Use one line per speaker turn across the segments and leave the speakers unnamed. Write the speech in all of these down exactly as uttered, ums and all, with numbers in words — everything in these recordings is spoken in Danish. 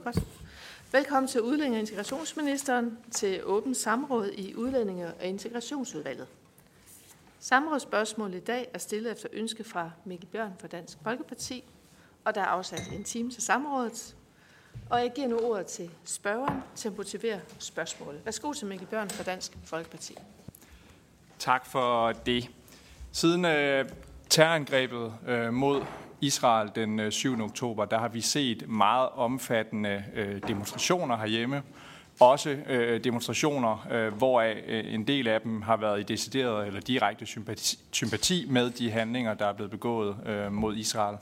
Godt. Velkommen til udlændinge- og integrationsministeren til åbent samråd i Udlændinge- og Integrationsudvalget. Samrådsspørgsmålet i dag er stillet efter ønske fra Mikkel Bjørn fra Dansk Folkeparti, og der er afsat en time til samrådet. Og jeg giver nu ordet til spørgeren til at motivere spørgsmålet. Værsgo til Mikkel Bjørn fra Dansk Folkeparti.
Tak for det. Siden øh, terrorangrebet øh, mod Israel den syvende oktober, der har vi set meget omfattende øh, demonstrationer herhjemme. Også øh, demonstrationer, øh, hvoraf øh, en del af dem har været i decideret eller direkte sympati, sympati med de handlinger, der er blevet begået øh, mod Israel.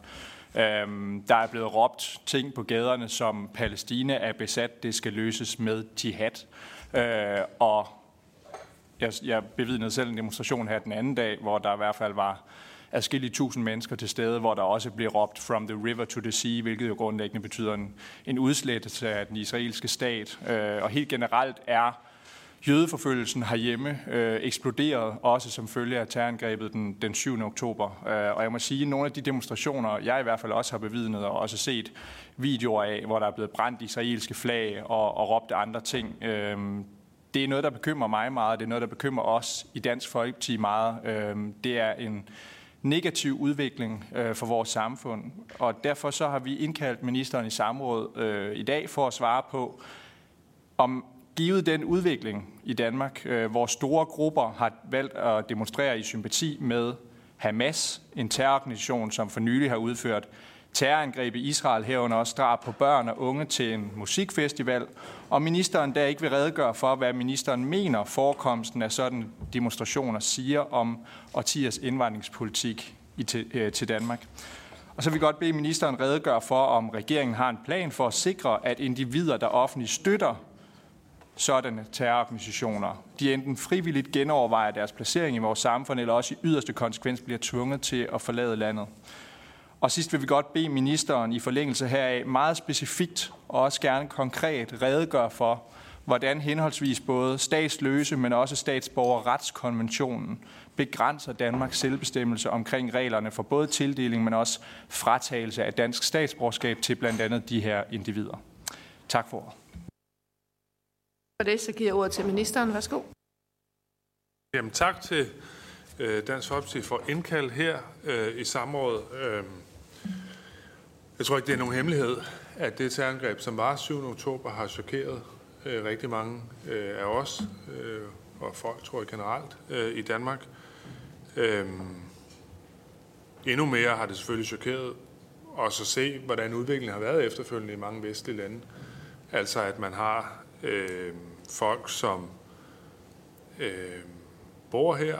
Øh, der er blevet råbt ting på gaderne som Palæstina er besat, det skal løses med jihad. Øh, og jeg, jeg bevidnede selv en demonstration her den anden dag, hvor der i hvert fald var adskillige tusind mennesker til stede, hvor der også blev råbt from the river to the sea, hvilket jo grundlæggende betyder en, en udslettelse af den israelske stat. Øh, og helt generelt er jødeforfølgelsen herhjemme øh, eksploderet, også som følge af terrorangrebet den, den syvende oktober. Øh, og jeg må sige, at nogle af de demonstrationer, jeg i hvert fald også har bevidnet og også set videoer af, hvor der er blevet brændt israelske flag og, og råbt andre ting, øh, det er noget, der bekymrer mig meget. Det er noget, der bekymrer os i Dansk Folkeparti meget. Øh, det er en negativ udvikling øh, for vores samfund, og derfor så har vi indkaldt ministeren i samråd øh, i dag for at svare på, om givet den udvikling i Danmark, øh, hvor store grupper har valgt at demonstrere i sympati med Hamas, en terrororganisation, som for nylig har udført terrorangreb i Israel, herunder også drab på børn og unge til en musikfestival, og ministeren der ikke vil redegøre for, hvad ministeren mener forekomsten af sådan demonstrationer siger om årtiers indvandringspolitik i til, til Danmark. Og så vil vi godt bede ministeren redegøre for, om regeringen har en plan for at sikre, at individer, der offentligt støtter sådanne terrororganisationer, de enten frivilligt genovervejer deres placering i vores samfund, eller også i yderste konsekvens bliver tvunget til at forlade landet. Og sidst vil vi godt bede ministeren i forlængelse heraf meget specifikt og også gerne konkret redegøre for, hvordan henholdsvis både statsløse, men også statsborgerretskonventionen begrænser Danmarks selvbestemmelse omkring reglerne for både tildeling, men også fratagelse af dansk statsborgerskab til blandt andet de her individer. Tak for ordet.
For det så giver jeg ordet til ministeren. Værsgo.
Jamen, tak til øh, Dansk Folkeparti for indkald her øh, i samrådet. Øh, jeg tror ikke, det er nogen hemmelighed, at det terrorangreb, som var syvende oktober, har chokeret øh, rigtig mange øh, af os, øh, og folk, tror jeg, generelt øh, i Danmark. Øh, endnu mere har det selvfølgelig chokeret os at se, hvordan udviklingen har været efterfølgende i mange vestlige lande. Altså, at man har øh, folk, som øh, bor her,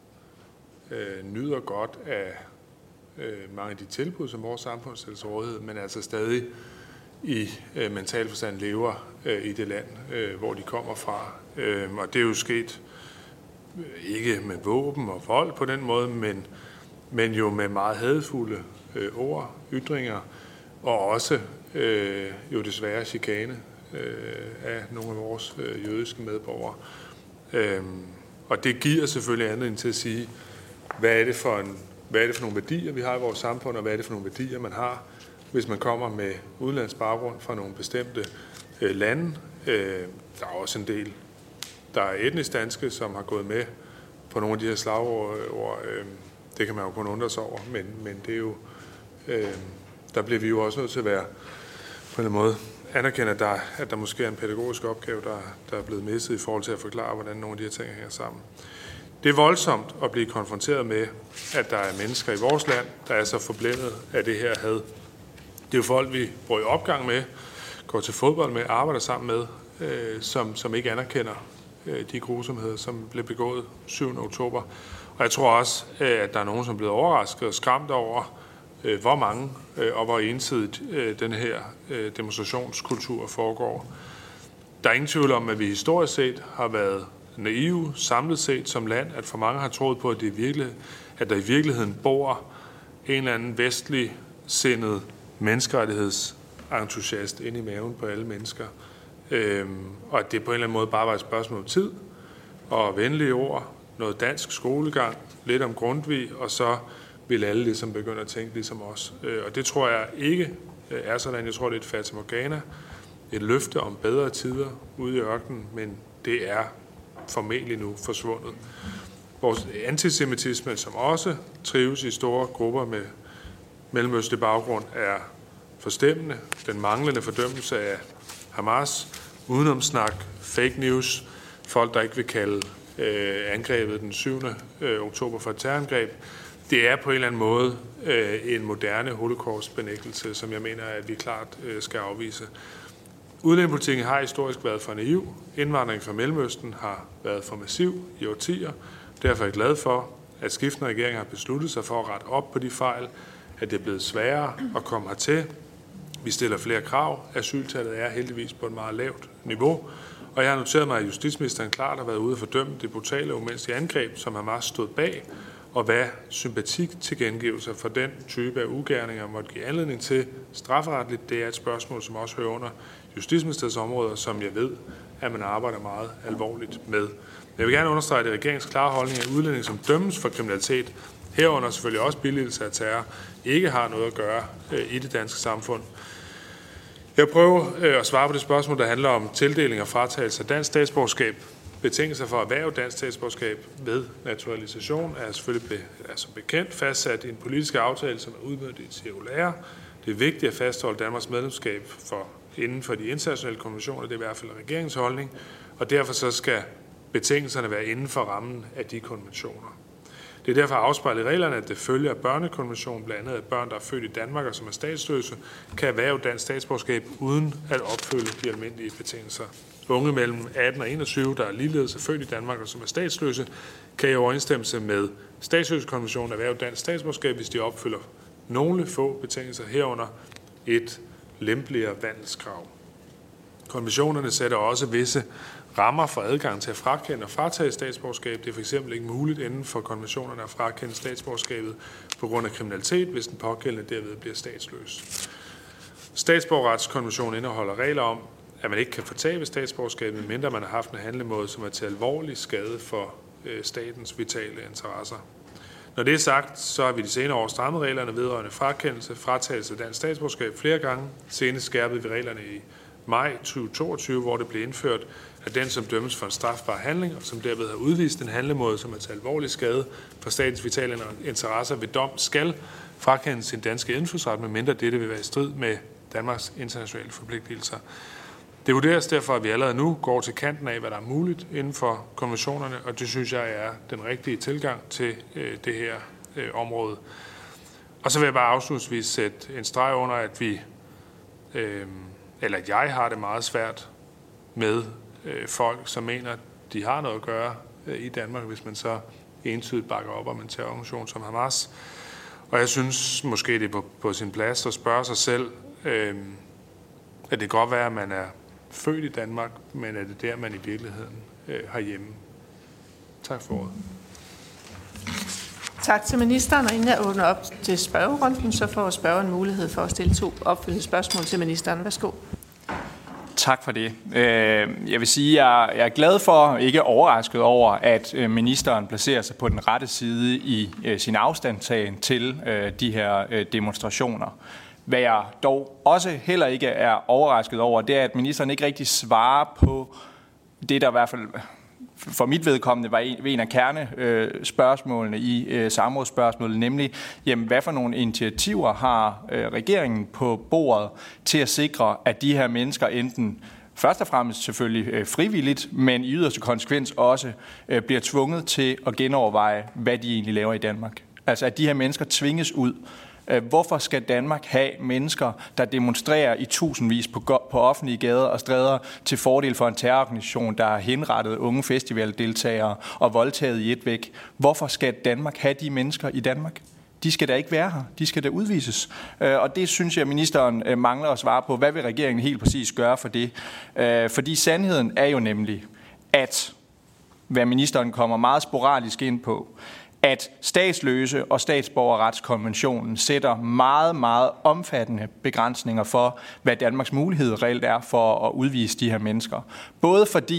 øh, nyder godt af øh, mange af de tilbud, som vores samfund stiller til rådighed, men altså stadig i øh, mental forstand lever øh, i det land, øh, hvor de kommer fra. Øh, og det er jo sket øh, ikke med våben og vold på den måde, men, men jo med meget hadefulde øh, ord, ytringer, og også øh, jo desværre chikane øh, af nogle af vores øh, jødiske medborgere. Øh, og det giver selvfølgelig anledning til at sige, hvad er det for en Hvad er det for nogle værdier, vi har i vores samfund, og hvad er det for nogle værdier, man har, hvis man kommer med udenlandsk baggrund fra nogle bestemte øh, lande. Øh, der er også en del, der er etnisk danske, som har gået med på nogle af de her slagord. Øh, det kan man jo kun undre sig over, men, men det er jo, øh, der bliver vi jo også nødt til at være på en måde anerkende, at der, at der måske er en pædagogisk opgave, der, der er blevet mistet i forhold til at forklare, hvordan nogle af de her ting hænger sammen. Det er voldsomt at blive konfronteret med, at der er mennesker i vores land, der er så forblændet af det her had. Det er jo folk, vi bor i opgang med, går til fodbold med, arbejder sammen med, øh, som, som ikke anerkender øh, de grusomheder, som blev begået syvende oktober. Og jeg tror også, øh, at der er nogen, som er blevet overrasket og skræmt over, øh, hvor mange øh, og hvor ensidigt øh, den her øh, demonstrationskultur foregår. Der er ingen tvivl om, at vi historisk set har været naive samlet set som land, at for mange har troet på, at, det virkelig, at der i virkeligheden bor en eller anden vestlig sindet menneskerettighedsentusiast inde i maven på alle mennesker. Øhm, og at det på en eller anden måde bare var et spørgsmål om tid, og venlige ord, noget dansk skolegang, lidt om Grundtvig, og så vil alle ligesom begynde at tænke ligesom os. Øh, og det tror jeg ikke er sådan. Jeg tror, det er et fatamorgana, et løfte om bedre tider ude i ørkenen, men det er formentlig nu forsvundet. Vores antisemitisme, som også trives i store grupper med mellemøstlig baggrund, er forstemmende. Den manglende fordømmelse af Hamas, udenomsnak, fake news, folk, der ikke vil kalde øh, angrebet den syvende oktober for et terrorangreb, det er på en eller anden måde øh, en moderne holocaust-benægtelse, som jeg mener, at vi klart øh, skal afvise. Udlændingepolitikken har historisk været for naiv. Indvandringen fra Mellemøsten har været for massiv i årtier. Derfor er jeg glad for, at skiftende regeringer har besluttet sig for at rette op på de fejl, at det er blevet sværere at komme hertil. Vi stiller flere krav. Asyltallet er heldigvis på et meget lavt niveau. Og jeg har noteret mig, at justitsministeren klart har været ude at fordømme det brutale og umenneskelige angreb, som Hamas stod bag, og hvad sympatik til gengivelser for den type af ugerninger måtte give anledning til strafferetligt. Det er et spørgsmål, som også hører under Justitsministeriets områder, som jeg ved, at man arbejder meget alvorligt med. Jeg vil gerne understrege, at det er regeringens klare holdning, at udlændinge, som dømmes for kriminalitet, herunder selvfølgelig også billigelse af terror, ikke har noget at gøre i det danske samfund. Jeg prøver at svare på det spørgsmål, der handler om tildeling og fratagelse af dansk statsborgerskab. Betingelser for at erhverve dansk statsborgerskab ved naturalisation er selvfølgelig be, altså bekendt fastsat i en politisk aftale, som er udmøntet i et cirkulære. Det er vigtigt at fastholde Danmarks medlemskab for, inden for de internationale konventioner, det er i hvert fald regeringens holdning, og derfor så skal betingelserne være inden for rammen af de konventioner. Det er derfor afspejlet i reglerne, at det følger af børnekonventionen, blandt andet at børn, der er født i Danmark og som er statsløse, kan erhverve dansk statsborgerskab uden at opfylde de almindelige betingelser. Unge mellem atten og enogtyve, der er ligeledes er født i Danmark og som er statsløse, kan i overensstemmelse med statsløsekonventionen erhverve dansk statsborgerskab, hvis de opfylder nogle få betingelser herunder et lempeligere vandelskrav. Konventionerne sætter også visse rammer for adgang til at frakende og fratage statsborgerskab. Det er fx ikke muligt inden for konventionerne at frakende statsborgerskabet på grund af kriminalitet, hvis den pågældende derved bliver statsløs. Statsborgerretskonventionen indeholder regler om, at man ikke kan fortabe statsborgerskabet, medmindre man har haft en handlemåde, som er til alvorlig skade for øh, statens vitale interesser. Når det er sagt, så har vi de senere år strammet reglerne vedrørende frakendelse, fratagelse af dansk statsborgerskab flere gange. Senest skærpede vi reglerne i maj tyve toogtyve, hvor det blev indført, at den, som dømmes for en strafbar handling, og som derved har udvist en handlemåde, som er til alvorlig skade for statens vitale interesser ved dom, skal frakende sin danske indfødsret, medmindre dette vil være i strid med Danmarks internationale forpligtelser. Det vurderes derfor, at vi allerede nu går til kanten af, hvad der er muligt inden for konventionerne, og det synes jeg er den rigtige tilgang til øh, det her øh, område. Og så vil jeg bare afslutningsvis sætte en streg under, at vi, øh, eller at jeg har det meget svært med øh, folk, som mener, at de har noget at gøre øh, i Danmark, hvis man så entydigt bakker op om en terrororganisation som Hamas. Og jeg synes måske, det er på, på sin plads at spørge sig selv, øh, at det kan godt være, at man er født i Danmark, men er det der, man i virkeligheden øh, har hjemme. Tak for ordet.
Tak til ministeren, og inden jeg åbner op til spørgerunden, så får spørgeren mulighed for at stille to opfølgende spørgsmål til ministeren. Værsgo.
Tak for det. Jeg vil sige, at jeg er glad for, ikke overrasket over, at ministeren placerer sig på den rette side i sin afstandtagen til de her demonstrationer. Hvad jeg dog også heller ikke er overrasket over, det er, at ministeren ikke rigtig svarer på det, der i hvert fald for mit vedkommende var en, en af kernespørgsmålene i øh, samrådsspørgsmålet, nemlig, jamen, hvad for nogle initiativer har øh, regeringen på bordet til at sikre, at de her mennesker enten først og fremmest selvfølgelig øh, frivilligt, men i yderste konsekvens også øh, bliver tvunget til at genoverveje, hvad de egentlig laver i Danmark. Altså at de her mennesker tvinges ud. Hvorfor skal Danmark have mennesker, der demonstrerer i tusindvis på, på offentlige gader og stræder til fordel for en terrororganisation, der har henrettet unge festivaldeltagere og voldtaget i et væk? Hvorfor skal Danmark have de mennesker i Danmark? De skal da ikke være her. De skal da udvises. Og det synes jeg, at ministeren mangler at svare på. Hvad vil regeringen helt præcis gøre for det? Fordi sandheden er jo nemlig, at hvad ministeren kommer meget sporadisk ind på, at statsløse og statsborgerretskonventionen sætter meget, meget omfattende begrænsninger for, hvad Danmarks mulighed reelt er for at udvise de her mennesker. Både fordi,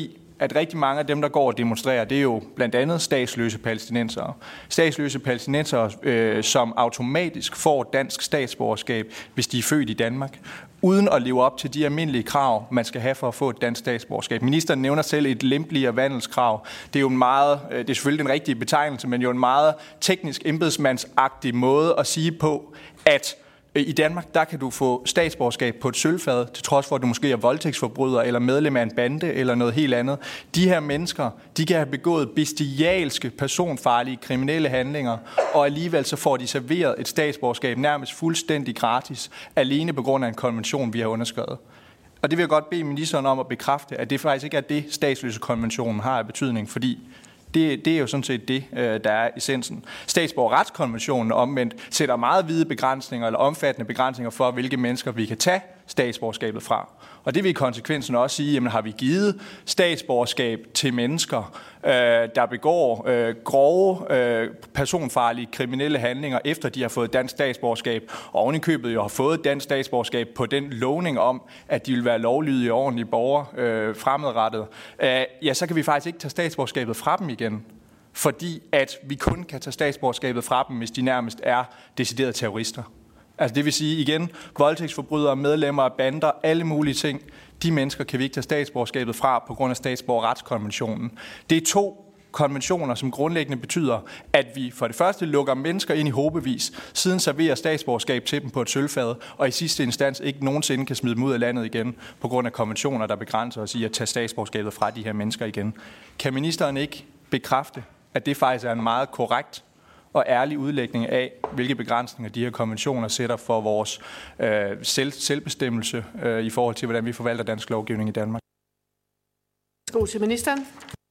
at rigtig mange af dem, der går og demonstrerer, det er jo blandt andet statsløse palæstinensere. Statsløse palæstinensere, øh, som automatisk får dansk statsborgerskab, hvis de er født i Danmark, uden at leve op til de almindelige krav, man skal have for at få et dansk statsborgerskab. Ministeren nævner selv et lempeligere vandelskrav. Det er jo en meget, det er selvfølgelig den rigtige betegnelse, men jo en meget teknisk embedsmandsagtig måde at sige på, at i Danmark, der kan du få statsborgerskab på et sølvfad, til trods for, at du måske er voldtægtsforbryder eller medlem af en bande eller noget helt andet. De her mennesker, de kan have begået bestialske, personfarlige, kriminelle handlinger, og alligevel så får de serveret et statsborgerskab nærmest fuldstændig gratis, alene på grund af en konvention, vi har underskrevet. Og det vil jeg godt bede ministeren om at bekræfte, at det faktisk ikke er det, statsløsekonventionen har af betydning, fordi Det, det er jo sådan set det, der er essensen. Statsborgerretskonventionen omvendt sætter meget hvide begrænsninger eller omfattende begrænsninger for, hvilke mennesker vi kan tage statsborgerskabet fra. Og det vil i konsekvensen også sige, jamen har vi givet statsborgerskab til mennesker, øh, der begår øh, grove, øh, personfarlige kriminelle handlinger, efter de har fået dansk statsborgerskab, og ovenikøbet jo har fået dansk statsborgerskab på den lovning om, at de vil være lovlydige og ordentlige borgere øh, fremadrettet, øh, ja, så kan vi faktisk ikke tage statsborgerskabet fra dem igen. Fordi at vi kun kan tage statsborgerskabet fra dem, hvis de nærmest er deciderede terrorister. Altså det vil sige igen, voldtægtsforbrydere, medlemmer af bander, alle mulige ting, de mennesker kan vi ikke tage statsborgerskabet fra på grund af statsborgerretskonventionen. Det er to konventioner, som grundlæggende betyder, at vi for det første lukker mennesker ind i hobevis, siden serverer statsborgerskab til dem på et sølvfad, og i sidste instans ikke nogensinde kan smide dem ud af landet igen, på grund af konventioner, der begrænser os i at tage statsborgerskabet fra de her mennesker igen. Kan ministeren ikke bekræfte, at det faktisk er en meget korrekt og ærlig udlægning af, hvilke begrænsninger de her konventioner sætter for vores øh, selv, selvbestemmelse øh, i forhold til, hvordan vi forvalter dansk lovgivning i Danmark?
God til ministeren.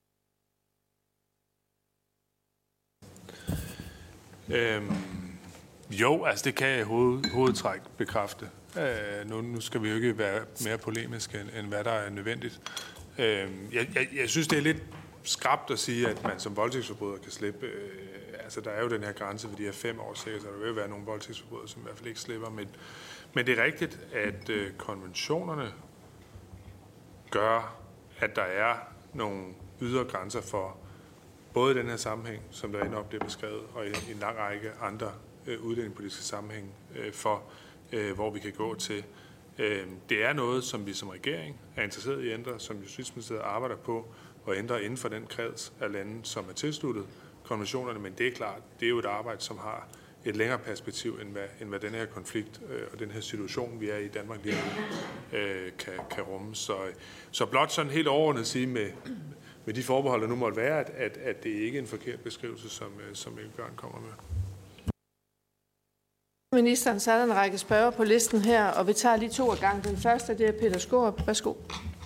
Øhm, jo, altså det kan jeg i hoved, hovedtræk bekræfte. Øh, nu, nu skal vi jo ikke være mere polemiske, end, end hvad der er nødvendigt. Øh, jeg, jeg, jeg synes, det er lidt skrapt at sige, at man som voldtægtsforbryder kan slippe. Øh, altså, der er jo den her grænse ved de her fem år sikkert, så der vil være nogle voldtægtsforbrydere, som i hvert fald ikke slipper. Men, men det er rigtigt, at øh, konventionerne gør, at der er nogle ydre grænser for både den her sammenhæng, som der endnu op bliver beskrevet, og i en lang række andre øh, udlændingepolitiske sammenhæng øh, for, øh, hvor vi kan gå til. Øh, det er noget, som vi som regering er interesseret i at ændre, som Justitsministeriet arbejder på at ændre inden for den kreds af lande, som er tilsluttet konventionerne, men det er klart, det er jo et arbejde, som har et længere perspektiv, end hvad, end hvad den her konflikt øh, og den her situation, vi er i Danmark lige nu, øh, kan, kan rumme. Så, så blot sådan helt overordnet sige med, med de forbehold, der nu måtte være, at, at, at det ikke er en forkert beskrivelse, som, som Mikkel Bjørn kommer med.
Ministeren, så er der en række spørger på listen her, og vi tager lige to af gang. Den første, det er Peter Skaarup. Værsgo.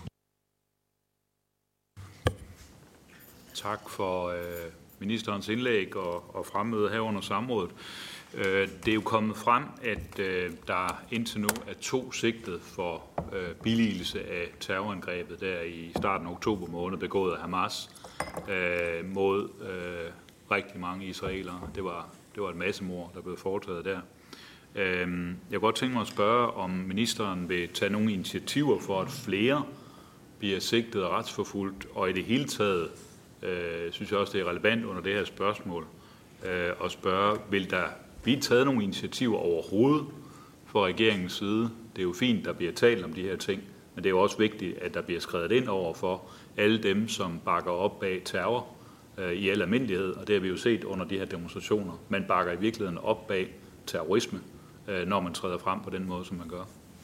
Tak for øh, ministerens indlæg og, og fremmøde her under samrådet. Øh, det er jo kommet frem, at øh, der indtil nu er to sigtet for øh, billigelse af terrorangrebet der i starten af oktober måned, begået af Hamas øh, mod øh, rigtig mange israelere. Det var, det var et massemord, der blev foretaget der. Øh, jeg kunne godt tænke mig at spørge, om ministeren vil tage nogle initiativer for, at flere bliver sigtet og retsforfulgt, og i det hele taget Øh, synes jeg også, det er relevant under det her spørgsmål øh, at spørge, vil der blive taget nogle initiativer overhovedet fra regeringens side? Det er jo fint, der bliver talt om de her ting, men det er jo også vigtigt, at der bliver skrevet ind over for alle dem, som bakker op bag terror øh, i al almindelighed, og det har vi jo set under de her demonstrationer. Man bakker i virkeligheden op bag terrorisme, øh, når man træder frem på den måde, som man gør.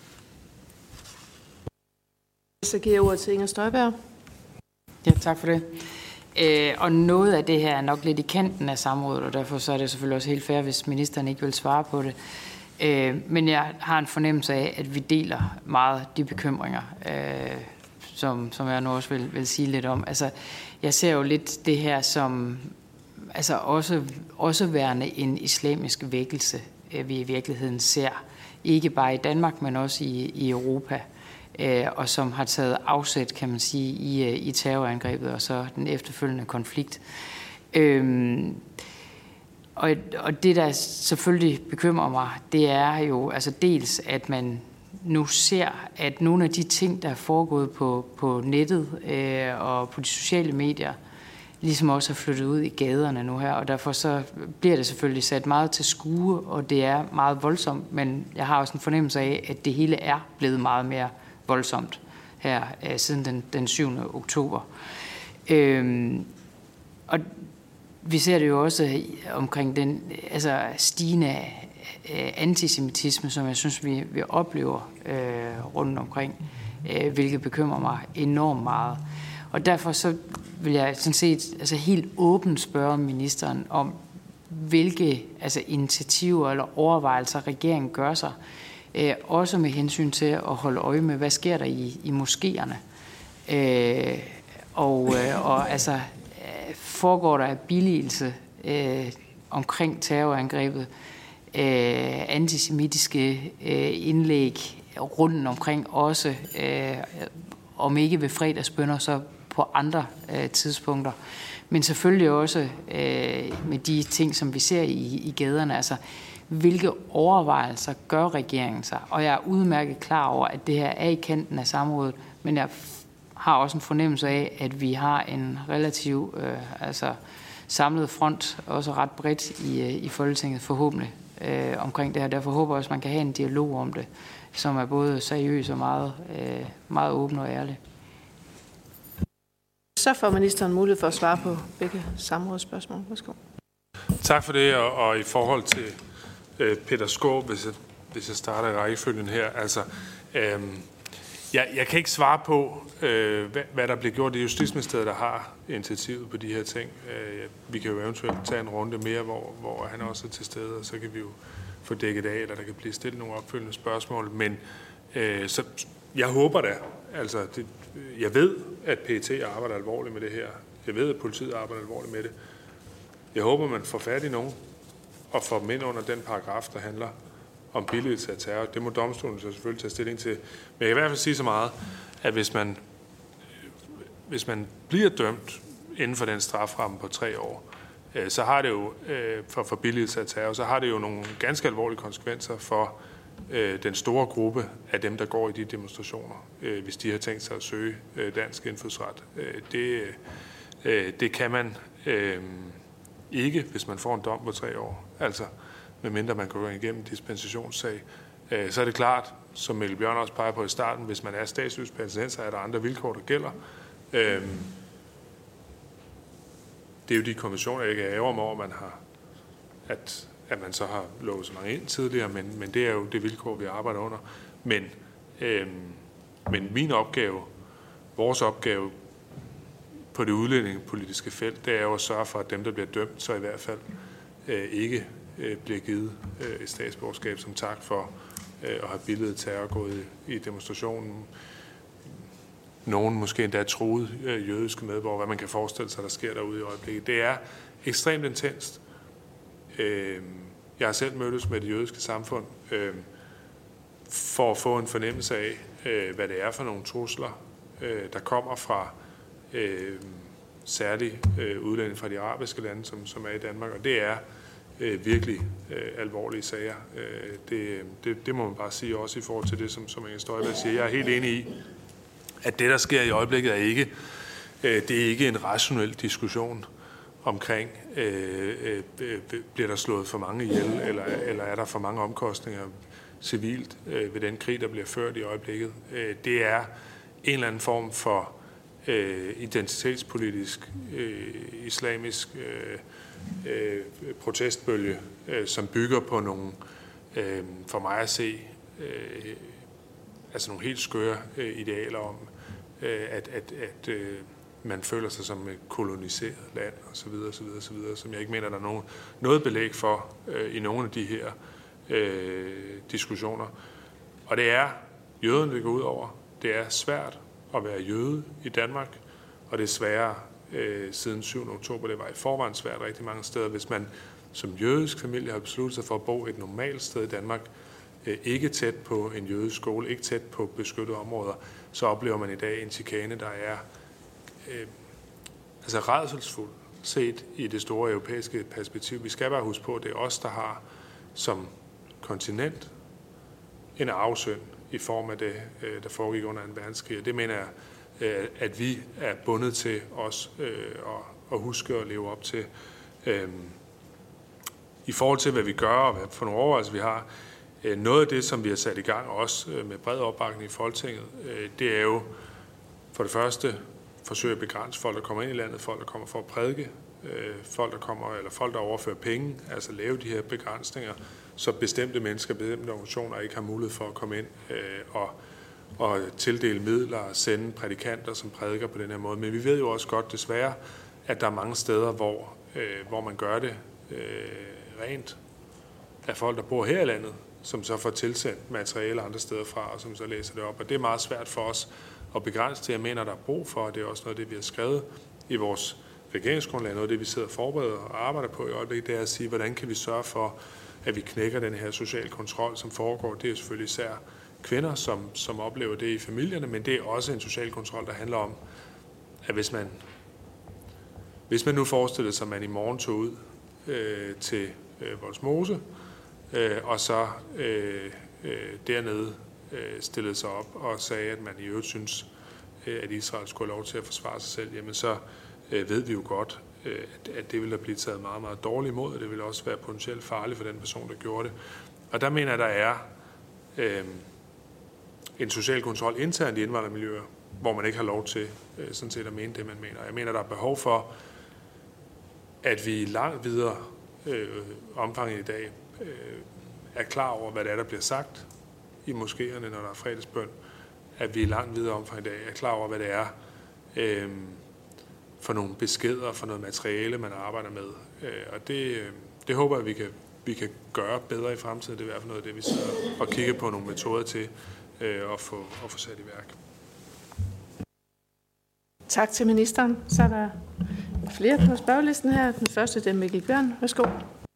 Så giver jeg ordet til Inger Støjberg.
Ja, tak for det. Øh, og noget af det her er nok lidt i kanten af samrådet, og derfor så er det selvfølgelig også helt fair, hvis ministeren ikke vil svare på det. Øh, men jeg har en fornemmelse af, at vi deler meget de bekymringer, øh, som, som jeg nu også vil, vil sige lidt om. Altså, jeg ser jo lidt det her som altså også, også værende en islamisk vækkelse, øh, vi i virkeligheden ser. Ikke bare i Danmark, men også i, i Europa. Og som har taget afsæt, kan man sige, i, i terrorangrebet og så den efterfølgende konflikt. Øhm, og, og det, der selvfølgelig bekymrer mig, det er jo altså dels, at man nu ser, at nogle af de ting, der er foregået på, på nettet øh, og på de sociale medier, ligesom også er flyttet ud i gaderne nu her, og derfor så bliver det selvfølgelig sat meget til skue, og det er meget voldsomt, men jeg har også en fornemmelse af, at det hele er blevet meget mere voldsomt her øh, siden den, den syvende oktober. Øhm, og vi ser det jo også omkring den altså stigende øh, antisemitisme, som jeg synes, vi, vi oplever øh, rundt omkring, øh, hvilket bekymrer mig enormt meget. Og derfor så vil jeg sådan set altså helt åbent spørge ministeren om, hvilke altså initiativer eller overvejelser regeringen gør sig, øh, også med hensyn til at holde øje med, hvad sker der i, i moskéerne. Øh, og, øh, og altså foregår der billigelse øh, omkring terrorangrebet, øh, antisemitiske øh, indlæg rundt omkring også, øh, om ikke ved fredagsbønner, så på andre øh, tidspunkter. Men selvfølgelig også øh, med de ting, som vi ser i, i gaderne. Altså, hvilke overvejelser gør regeringen sig? Og jeg er udmærket klar over, at det her er i kanten af samrådet, men jeg har også en fornemmelse af, at vi har en relativ øh, altså samlet front, også ret bredt i, i Folketinget forhåbentlig øh, omkring det her. Derfor håber jeg også, at man kan have en dialog om det, som er både seriøs og meget, øh, meget åben og ærlig.
Så får ministeren mulighed for at svare på begge samrådsspørgsmål. Værsgo.
Tak for det, og, og i forhold til øh, Peter Skaarup, hvis jeg, hvis jeg starter i rækkefølgen her, altså øh, jeg, jeg kan ikke svare på, øh, hvad, hvad der bliver gjort i Justitsministeriet, der har initiativet på de her ting. Øh, vi kan jo eventuelt tage en runde mere, hvor, hvor han også er til stede, og så kan vi jo få dækket af, eller der kan blive stillet nogle opfølgende spørgsmål. Men øh, så jeg håber da, altså det, jeg ved, at P E T arbejder alvorligt med det her. Jeg ved, at politiet arbejder alvorligt med det. Jeg håber, man får fat i nogen og får dem ind under den paragraf, der handler om billigelse af terror. Det må domstolen så selvfølgelig tage stilling til. Men jeg kan i hvert fald sige så meget, at hvis man, hvis man bliver dømt inden for den straframme på tre år, så har det jo for, for billigelse af terror, så har det jo nogle ganske alvorlige konsekvenser for den store gruppe af dem, der går i de demonstrationer, hvis de har tænkt sig at søge dansk indfødsret. Det, det kan man ikke, hvis man får en dom på tre år. Altså, medmindre man går igennem dispensationssag. Så er det klart, som Mikkel Bjørn også peger på i starten, hvis man er statsløs palæstinenser, så er der andre vilkår, der gælder. Det er jo de konventioner, jeg ikke ærger mig over, man har, at, at man så har lovet så mange ind tidligere, men, men det er jo det vilkår, vi arbejder under. Men, øhm, men min opgave, vores opgave på det udlændingepolitiske felt, det er jo at sørge for, at dem, der bliver dømt, så i hvert fald øh, ikke øh, bliver givet øh, et statsborgerskab som tak for øh, at have billedet terror gået i, i demonstrationen. Nogen måske endda troede øh, jødiske medborgere, hvad man kan forestille sig, der sker derude i øjeblikket. Det er ekstremt intenst. Øh, jeg har selv mødtes med det jødiske samfund øh, for at få en fornemmelse af, øh, hvad det er for nogle trusler, øh, der kommer fra øh, særligt øh, udlændinge fra de arabiske lande, som, som er i Danmark. Og det er øh, virkelig øh, alvorlige sager. Øh, det, det, det må man bare sige også i forhold til det, som, som Inger Støjberg siger. Jeg er helt enig i, at det, der sker i øjeblikket, er ikke, øh, det er ikke en rationel diskussion omkring, øh, øh, bliver der slået for mange ihjel, eller, eller er der for mange omkostninger civilt øh, ved den krig, der bliver ført i øjeblikket. Øh, det er en eller anden form for øh, identitetspolitisk, øh, islamisk øh, øh, protestbølge, øh, som bygger på nogle, øh, for mig at se, øh, altså nogle helt skøre øh, idealer om, øh, at, at, at øh, man føler sig som et koloniseret land, og så videre, så videre, så videre, som jeg ikke mener, der er nogen, noget belæg for øh, i nogle af de her øh, diskussioner. Og det er jøderne, det går ud over. Det er svært at være jøde i Danmark, og det er sværere øh, siden syvende oktober. Det var i forvejen svært rigtig mange steder. Hvis man som jødisk familie har besluttet sig for at bo et normalt sted i Danmark, øh, ikke tæt på en jødisk skole, ikke tæt på beskyttede områder, så oplever man i dag en chikane, der er øh, altså rædselsfuld set i det store europæiske perspektiv. Vi skal bare huske på, at det er os, der har som kontinent en arvesynd i form af det, der foregik under anden verdenskrig. Og det mener jeg, at vi er bundet til os at huske at leve op til. I forhold til, hvad vi gør og hvad for nogle overvejelser vi har, noget af det, som vi har sat i gang, også med bred opbakning i Folketinget, det er jo for det første forsøge at begrænse folk, der kommer ind i landet, folk, der kommer for at prædike, folk, der kommer, eller folk, der overfører penge, altså lave de her begrænsninger, så bestemte mennesker, bestemte organisationer ikke har mulighed for at komme ind og, og tildele midler og sende prædikanter, som prædiker på den her måde. Men vi ved jo også godt, desværre, at der er mange steder, hvor, hvor man gør det rent af folk, der bor her i landet, som så får tilsendt materiale andre steder fra, og som så læser det op. Og det er meget svært for os at begrænse det. Jeg mener, der er brug for, og det er også noget af det, vi har skrevet i vores regeringsgrundlag, noget af det, vi sidder og forbereder og arbejder på i øjeblikket, det er at sige, hvordan kan vi sørge for, at vi knækker den her sociale kontrol, som foregår. Det er selvfølgelig især kvinder, som, som oplever det i familierne, men det er også en social kontrol, der handler om, at hvis man, hvis man nu forestiller sig, at man i morgen tog ud øh, til øh, Vollsmose, øh, og så øh, øh, dernede øh, stillede sig op og sagde, at man i øvrigt synes, øh, at Israel skulle have lov til at forsvare sig selv, jamen så øh, ved vi jo godt, øh, at, at det ville have blivet taget meget, meget dårligt imod, og det ville også være potentielt farligt for den person, der gjorde det. Og der mener jeg, der er øh, en social kontrol internt i indvandrermiljøer, hvor man ikke har lov til øh, sådan set at mene det, man mener. Jeg mener, der er behov for, at vi langt videre øh, omfanget i dag øh, er klar over, hvad det er, der bliver sagt i moskéerne, når der er fredagsbøn. At vi i langt videre omfang i dag er klar over, hvad det er øh, for nogle beskeder, for noget materiale, man arbejder med. Øh, og det, øh, det håber jeg, vi kan, vi kan gøre bedre i fremtiden. Det er i hvert fald noget af det, vi sidder og kigger på nogle metoder til øh, at, få, at få sat i værk.
Tak til ministeren. Så er der flere på spørgelisten her. Den første, det er Mikkel Bjørn. Værsgo.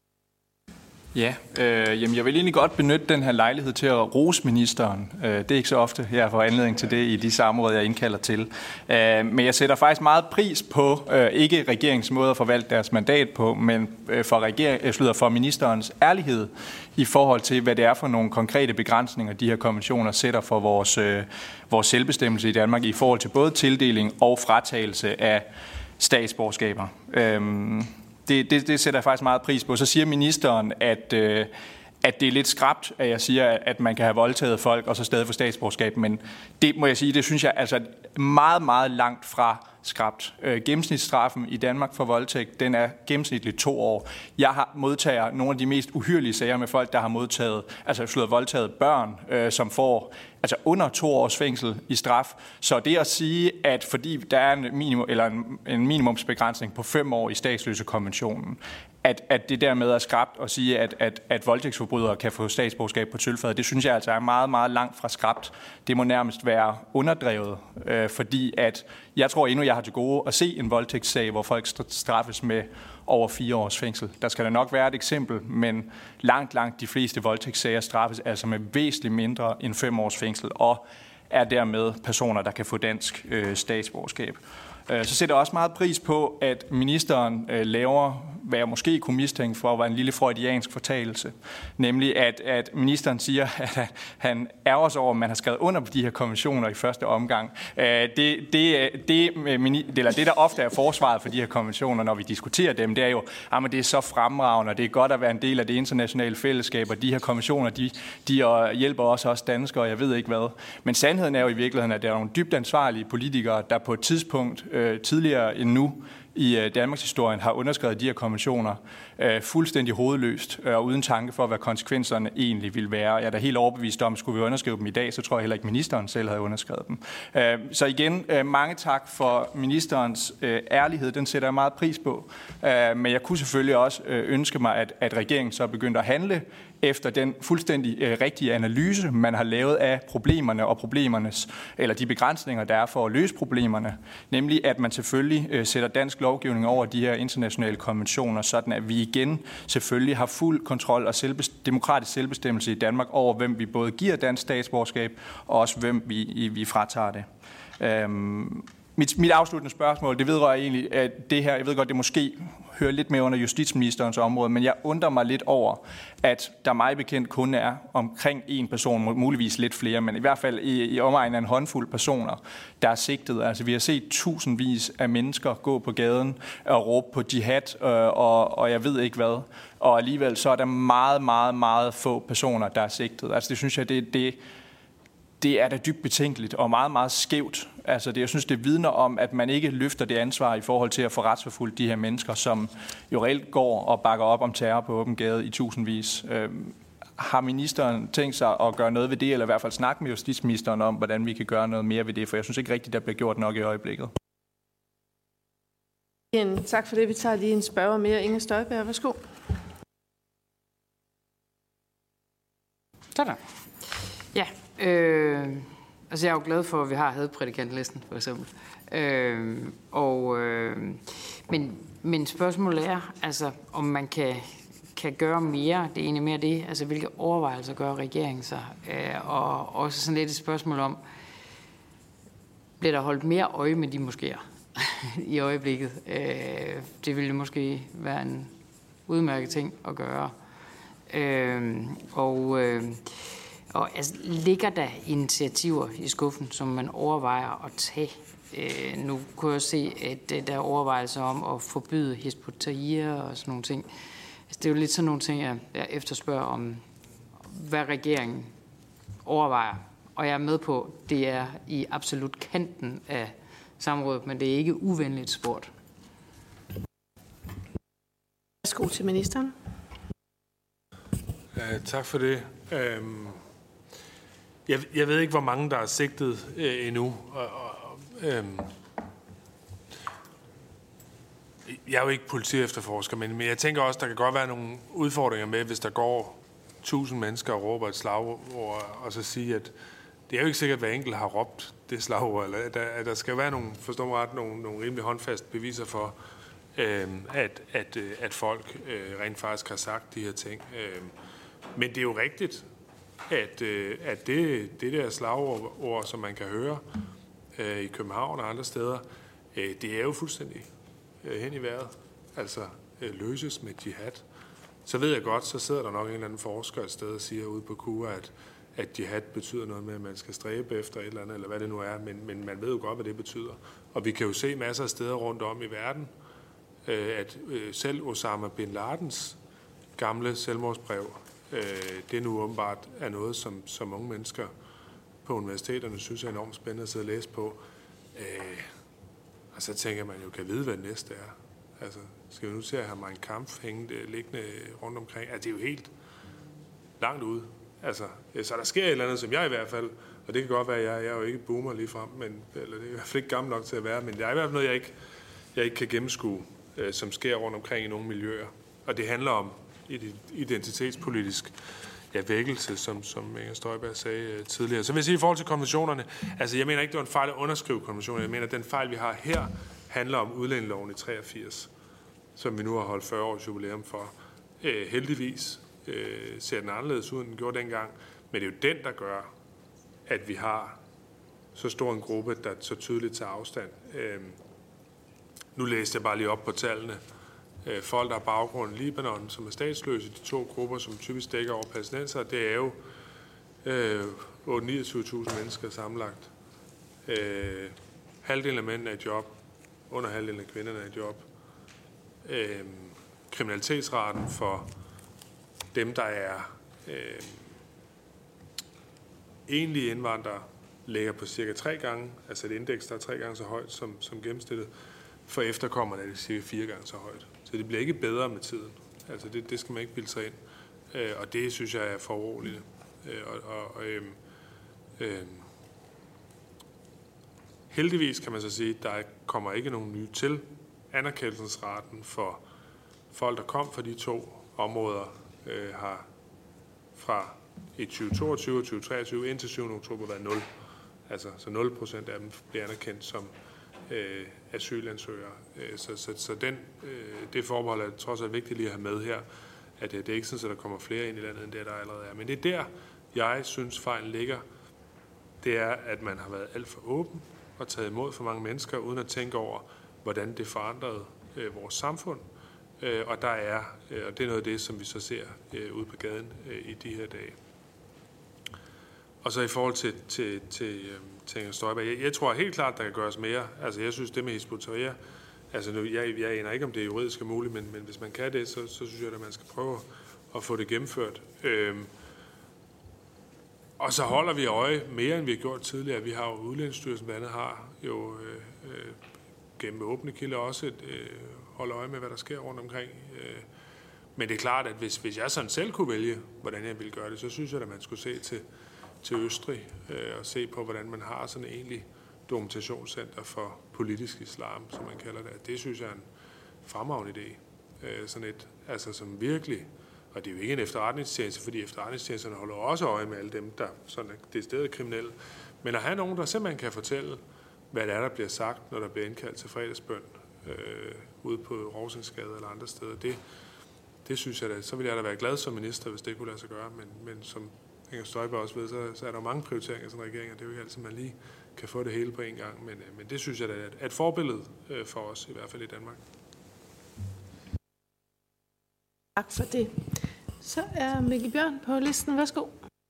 Ja, øh, jamen jeg vil egentlig godt benytte den her lejlighed til at rose ministeren. Øh, det er ikke så ofte, jeg får anledning til det i de samråd, jeg indkalder til. Øh, men jeg sætter faktisk meget pris på, øh, ikke regeringens måde at forvalte deres mandat på, men øh, for, regering, øh, slutter for ministerens ærlighed i forhold til, hvad det er for nogle konkrete begrænsninger, de her konventioner sætter for vores, øh, vores selvbestemmelse i Danmark i forhold til både tildeling og fratagelse af statsborgerskaber. Øh, Det, det, det sætter jeg faktisk meget pris på. Så siger ministeren, at, øh, at det er lidt skrapt, at jeg siger, at man kan have voldtaget folk og så stadig få statsborgerskab. Men det må jeg sige, det synes jeg altså meget, meget langt fra skrapt. Øh, gennemsnitsstraffen i Danmark for voldtægt, den er gennemsnitligt to år. Jeg har modtager nogle af de mest uhyrlige sager med folk, der har modtaget, altså slået voldtaget børn, øh, som får altså under to års fængsel i straf. Så det at sige, at fordi der er en, minimum, eller en, en minimumsbegrænsning på fem år i statsløsekonventionen, at, at det dermed er skrapt at sige, at, at, at voldtægtsforbrydere kan få statsborgerskab på sølvfad, det synes jeg altså er meget, meget langt fra skrapt. Det må nærmest være underdrevet, øh, fordi at jeg tror endnu, jeg har til gode at se en voldtægtssag, hvor folk straffes med over fire års fængsel. Der skal der nok være et eksempel, men langt, langt de fleste voldtægtssager straffes altså med væsentligt mindre end fem års fængsel, og er dermed personer, der kan få dansk øh, statsborgerskab. Så sætter jeg også meget pris på, at ministeren øh, laver, hvad jeg måske kunne mistænke for, var en lille freudiansk fortalelse. Nemlig, at, at ministeren siger, at han ærger sig over, at man har skrevet under på de her konventioner i første omgang. Øh, det, det, det, eller det, der ofte er forsvaret for de her konventioner, når vi diskuterer dem, det er jo, at det er så fremragende, og det er godt at være en del af det internationale fællesskab, og de her konventioner, de, de hjælper også os danskere, og jeg ved ikke hvad. Men sandheden er jo i virkeligheden, at der er nogle dybt ansvarlige politikere, der på et tidspunkt tidligere end nu i Danmarks historien har underskrevet de her konventioner øh, fuldstændig hovedløst øh, og uden tanke for, hvad konsekvenserne egentlig ville være. Jeg er da helt overbevist om, at skulle vi underskrive dem i dag, så tror jeg heller ikke, ministeren selv havde underskrevet dem. Øh, så igen, øh, mange tak for ministerens øh, ærlighed. Den sætter jeg meget pris på. Øh, men jeg kunne selvfølgelig også øh, ønske mig, at, at regeringen så begyndte at handle efter den fuldstændig øh, rigtige analyse, man har lavet af problemerne og problemernes, eller de begrænsninger, der er for at løse problemerne. Nemlig, at man selvfølgelig øh, sætter dansk lovgivning over de her internationale konventioner, sådan at vi igen selvfølgelig har fuld kontrol og selvbest- demokratisk selvbestemmelse i Danmark over, hvem vi både giver dansk statsborgerskab, og også hvem vi, vi fratager det. Øhm, mit, mit afsluttende spørgsmål, det vedrører egentlig, at det her, jeg ved godt, det måske hører lidt mere under justitsministerens område, men jeg undrer mig lidt over, at der mig bekendt kun er omkring en person, muligvis lidt flere, men i hvert fald i, i omegnen af en håndfuld personer, der er sigtet. Altså vi har set tusindvis af mennesker gå på gaden og råbe på jihad, øh, og, og jeg ved ikke hvad. Og alligevel så er der meget, meget, meget få personer, der er sigtet. Altså det synes jeg, det, det, det er da dybt betænkeligt og meget, meget skævt. Altså det, jeg synes, det vidner om, at man ikke løfter det ansvar i forhold til at få retsforfulgt de her mennesker, som jo reelt går og bakker op om terror på åben gade i tusindvis. Øh, har ministeren tænkt sig at gøre noget ved det, eller i hvert fald snakke med justitsministeren om, hvordan vi kan gøre noget mere ved det? For jeg synes ikke rigtigt, der bliver gjort nok i øjeblikket.
Tak for det. Vi tager lige en spørger mere. Inger Støjberg, værsgo.
Sådan. Ja, øh, altså jeg er jo glad for, at vi har hadprædikantlisten, for eksempel. Øh, og, øh, men, men spørgsmålet er, altså, om man kan, kan gøre mere. Det er egentlig mere det. Altså, hvilke overvejelser gør regeringen sig? Øh, og også sådan lidt et spørgsmål om, bliver der holdt mere øje med de moskéer i øjeblikket? Øh, det ville måske være en udmærket ting at gøre. Øh, og... Øh, Og altså, ligger der initiativer i skuffen, som man overvejer at tage? Øh, nu kunne jeg se, at der er overvejelser om at forbyde Hizb ut-Tahrir og sådan nogle ting. Altså, det er jo lidt sådan nogle ting, jeg, jeg efterspørger om, hvad regeringen overvejer. Og jeg er med på, det er i absolut kanten af samrådet, men det er ikke uvenligt spurgt.
Værsgo til ministeren.
Uh, tak for det. Um Jeg, jeg ved ikke, hvor mange der er sigtet øh, endnu. Og, og, øhm, jeg er jo ikke politiefterforsker, men, men jeg tænker også, der kan godt være nogle udfordringer med, hvis der går tusind mennesker og råber et slagord, og så sige, at det er jo ikke sikkert, at hver enkelt har råbt det slagord, eller at der, at der skal være nogle, forstår mig ret, nogle, nogle rimelig håndfast beviser for, øhm, at, at, at folk øh, rent faktisk har sagt de her ting. Øhm, men det er jo rigtigt, at, øh, at det, det der slagord, som man kan høre øh, i København og andre steder, øh, det er jo fuldstændig øh, hen i vejret. Altså øh, løses med jihad. Så ved jeg godt, så sidder der nok en eller anden forsker et sted og siger ude på K U A, at, at jihad betyder noget med, at man skal stræbe efter et eller andet, eller hvad det nu er, men, men man ved jo godt, hvad det betyder. Og vi kan jo se masser af steder rundt om i verden, øh, at øh, selv Osama bin Ladens gamle selvmordsbrev, det nu åbenbart er noget, som, som unge mennesker på universiteterne synes er enormt spændende at sidde og læse på. Øh, og så tænker man jo, kan vide, hvad det næste er. Altså, skal vi nu se at have Mein Kampf hængende, liggende rundt omkring? Altså, det er jo helt langt ude. Altså, så der sker et eller andet, som jeg i hvert fald, og det kan godt være, at jeg, jeg er jo ikke boomer lige frem, men, eller det er i hvert fald ikke gammel nok til at være, men det er i hvert fald noget, jeg ikke, jeg ikke kan gennemskue, øh, som sker rundt omkring i nogle miljøer. Og det handler om identitetspolitisk ja, vækkelse, som, som Inger Støjberg sagde uh, tidligere. Så vil jeg sige i forhold til konventionerne, altså jeg mener ikke, det var en fejl at underskrive konventionerne. Jeg mener, at den fejl, vi har her, handler om udlændingeloven i treogfirs, som vi nu har holdt fyrre års jubilæum for. Uh, heldigvis uh, ser den anderledes ud, end den gjorde dengang, men det er jo den, der gør, at vi har så stor en gruppe, der så tydeligt tager afstand. Uh, nu læste jeg bare lige op på tallene. Folk, der har baggrund i Libanon, som er statsløse, de to grupper, som typisk dækker over palæstinensere, det er jo øh, otte til niogtyve tusind mennesker sammenlagt. Øh, halvdelen af mændene er i job, under halvdelen af kvinderne er i job. Øh, kriminalitetsraten for dem, der er øh, egentlige indvandrere, ligger på cirka tre gange, altså et indeks, der er tre gange så højt som, som gennemsnittet. For efterkommerne er det cirka fire gange så højt. Så det bliver ikke bedre med tiden. Altså det, det skal man ikke bilde sig ind. Øh, og det synes jeg er foruroligende. Øh, og, og, øh, øh, heldigvis kan man så sige, at der kommer ikke nogen nye til. Anerkendelsesraten for folk, der kom fra de to områder, øh, har fra i tyve toogtyve og tyve treogtyve indtil syvende oktober været nul. Altså så nul procent af dem bliver anerkendt som øh, asylansøgere. Så, så, så den, øh, det forbehold er trods alt vigtigt lige at have med her, at det er ikke sådan, at der kommer flere ind i landet, end det der allerede er. Men det er der, jeg synes, fejlen ligger. Det er, at man har været alt for åben og taget imod for mange mennesker, uden at tænke over, hvordan det forandrede øh, vores samfund. øh, og der er, øh, og det er noget af det, som vi så ser øh, ude på gaden øh, i de her dage. Og så i forhold til, til, til, øh, til Inger Støjberg, jeg, jeg tror helt klart, der kan gøres mere. Altså jeg synes, det med Hizb ut-Tahrir, altså nu, jeg, jeg aner ikke, om det er juridisk muligt, men, men hvis man kan det, så, så synes jeg, at man skal prøve at få det gennemført. Øhm, og så holder vi øje mere, end vi har gjort tidligere. Vi har jo Udlændingsstyrelsen, blandt andet har jo øh, øh, gennem åbne kilder også et, øh, holde øje med, hvad der sker rundt omkring. Øh, men det er klart, at hvis, hvis jeg sådan selv kunne vælge, hvordan jeg ville gøre det, så synes jeg, at man skulle se til, til Østrig øh, og se på, hvordan man har sådan en egentlig dokumentationscenter for politisk islam, som man kalder det. Det synes jeg er en fremragende idé. Øh, sådan et, altså som virkelig, og det er jo ikke en efterretningstjeneste, fordi efterretningstjenesterne holder også øje med alle dem, der sådan er decideret kriminelle. Men at have nogen, der simpelthen kan fortælle, hvad det er, der bliver sagt, når der bliver indkaldt til fredagsbøn øh, ude på Rovsingsgade eller andre steder, det, det synes jeg da, så ville jeg da være glad som minister, hvis det kunne lade sig gøre, men, men som Inger Støjberg også ved, så, så er der mange prioriteringer som regering, og det er jo ikke altid, man lige kan få det hele på en gang, men, men det synes jeg da er et forbillede øh, for os, i hvert fald i Danmark.
Tak for det. Så er Mikkel Bjørn på listen. Værsgo.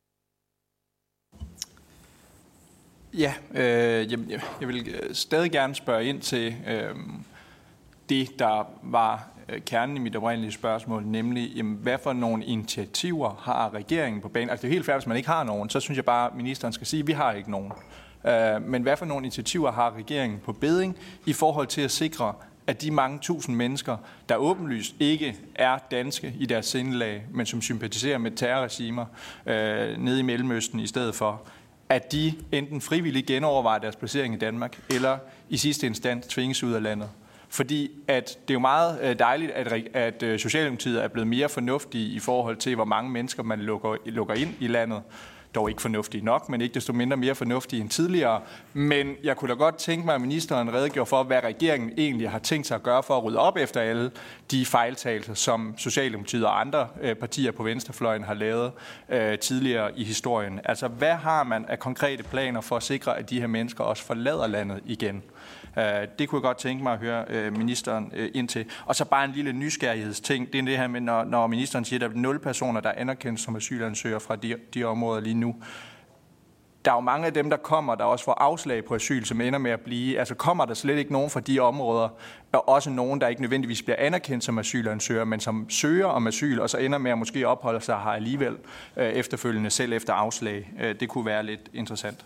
Ja, øh, jeg, jeg vil stadig gerne spørge ind til øh, det, der var kernen i mit oprindelige spørgsmål, nemlig, jamen, hvad for nogle initiativer har regeringen på banen? Altså det er helt færdigt, hvis man ikke har nogen, så synes jeg bare, at ministeren skal sige, at vi har ikke nogen. Øh, men hvad for nogle initiativer har regeringen på beding i forhold til at sikre, at de mange tusind mennesker, der åbenlyst ikke er danske i deres sindelag, men som sympatiserer med terrorregimer øh, nede i Mellemøsten i stedet for, at de enten frivilligt genovervejer deres placering i Danmark, eller i sidste instans tvinges ud af landet. Fordi at det er jo meget dejligt, at, at Socialdemokratiet er blevet mere fornuftige i forhold til, hvor mange mennesker man lukker, lukker ind i landet. Dog ikke fornuftige nok, men ikke desto mindre mere fornuftige end tidligere. Men jeg kunne da godt tænke mig, at ministeren redegjorde for, hvad regeringen egentlig har tænkt sig at gøre for at rydde op efter alle de fejltagelser, som Socialdemokratiet og andre partier på venstrefløjen har lavet øh, tidligere i historien. Altså, hvad har man af konkrete planer for at sikre, at de her mennesker også forlader landet igen? Det kunne jeg godt tænke mig at høre ministeren ind til. Og så bare en lille nysgerrighedsting. Det er det her med, når, når ministeren siger, at der er nul personer, der er anerkendt som asylansøgere fra de, de områder lige nu. Der er jo mange af dem, der kommer, der også får afslag på asyl, som ender med at blive. Altså kommer der slet ikke nogen fra de områder, og også nogen, der ikke nødvendigvis bliver anerkendt som asylansøgere, men som søger om asyl, og så ender med at måske opholde sig her alligevel øh, efterfølgende, selv efter afslag. Øh, det kunne være lidt interessant.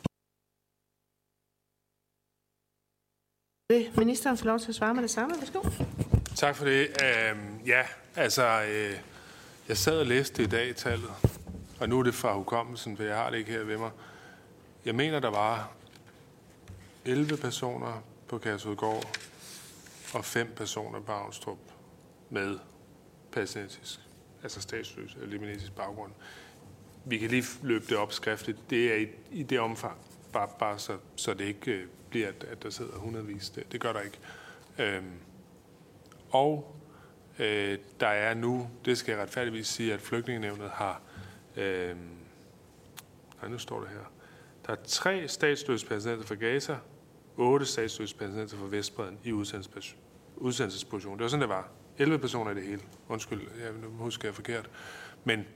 Vil ministeren få lov til at svare med det samme? Værsgo.
Tak for det. Øh, ja, altså, øh, jeg sad og læste det i dag i tallet, og nu er det fra hukommelsen, for jeg har det ikke her ved mig. Jeg mener, der var elleve personer på Kærshovedgård og fem personer på Avnstrup med palæstinensisk, altså statsløs eller libanesisk baggrund. Vi kan lige løbe det op skriftligt. Det er i, i det omfang, bare, bare så, så det ikke øh, bliver, at, at der sidder hundredvis. Det, det gør der ikke. Øhm, og øh, der er nu, det skal jeg retfærdigvis sige, at Flygtningenævnet har, øh, nej, nu står det her, der er tre statsløse palæstinenser fra Gaza, otte statsløse palæstinenser fra Vestbredden i udsendelsesposition. Det var sådan, det var. elleve personer i det hele. Undskyld, jeg husker jeg forkert. Men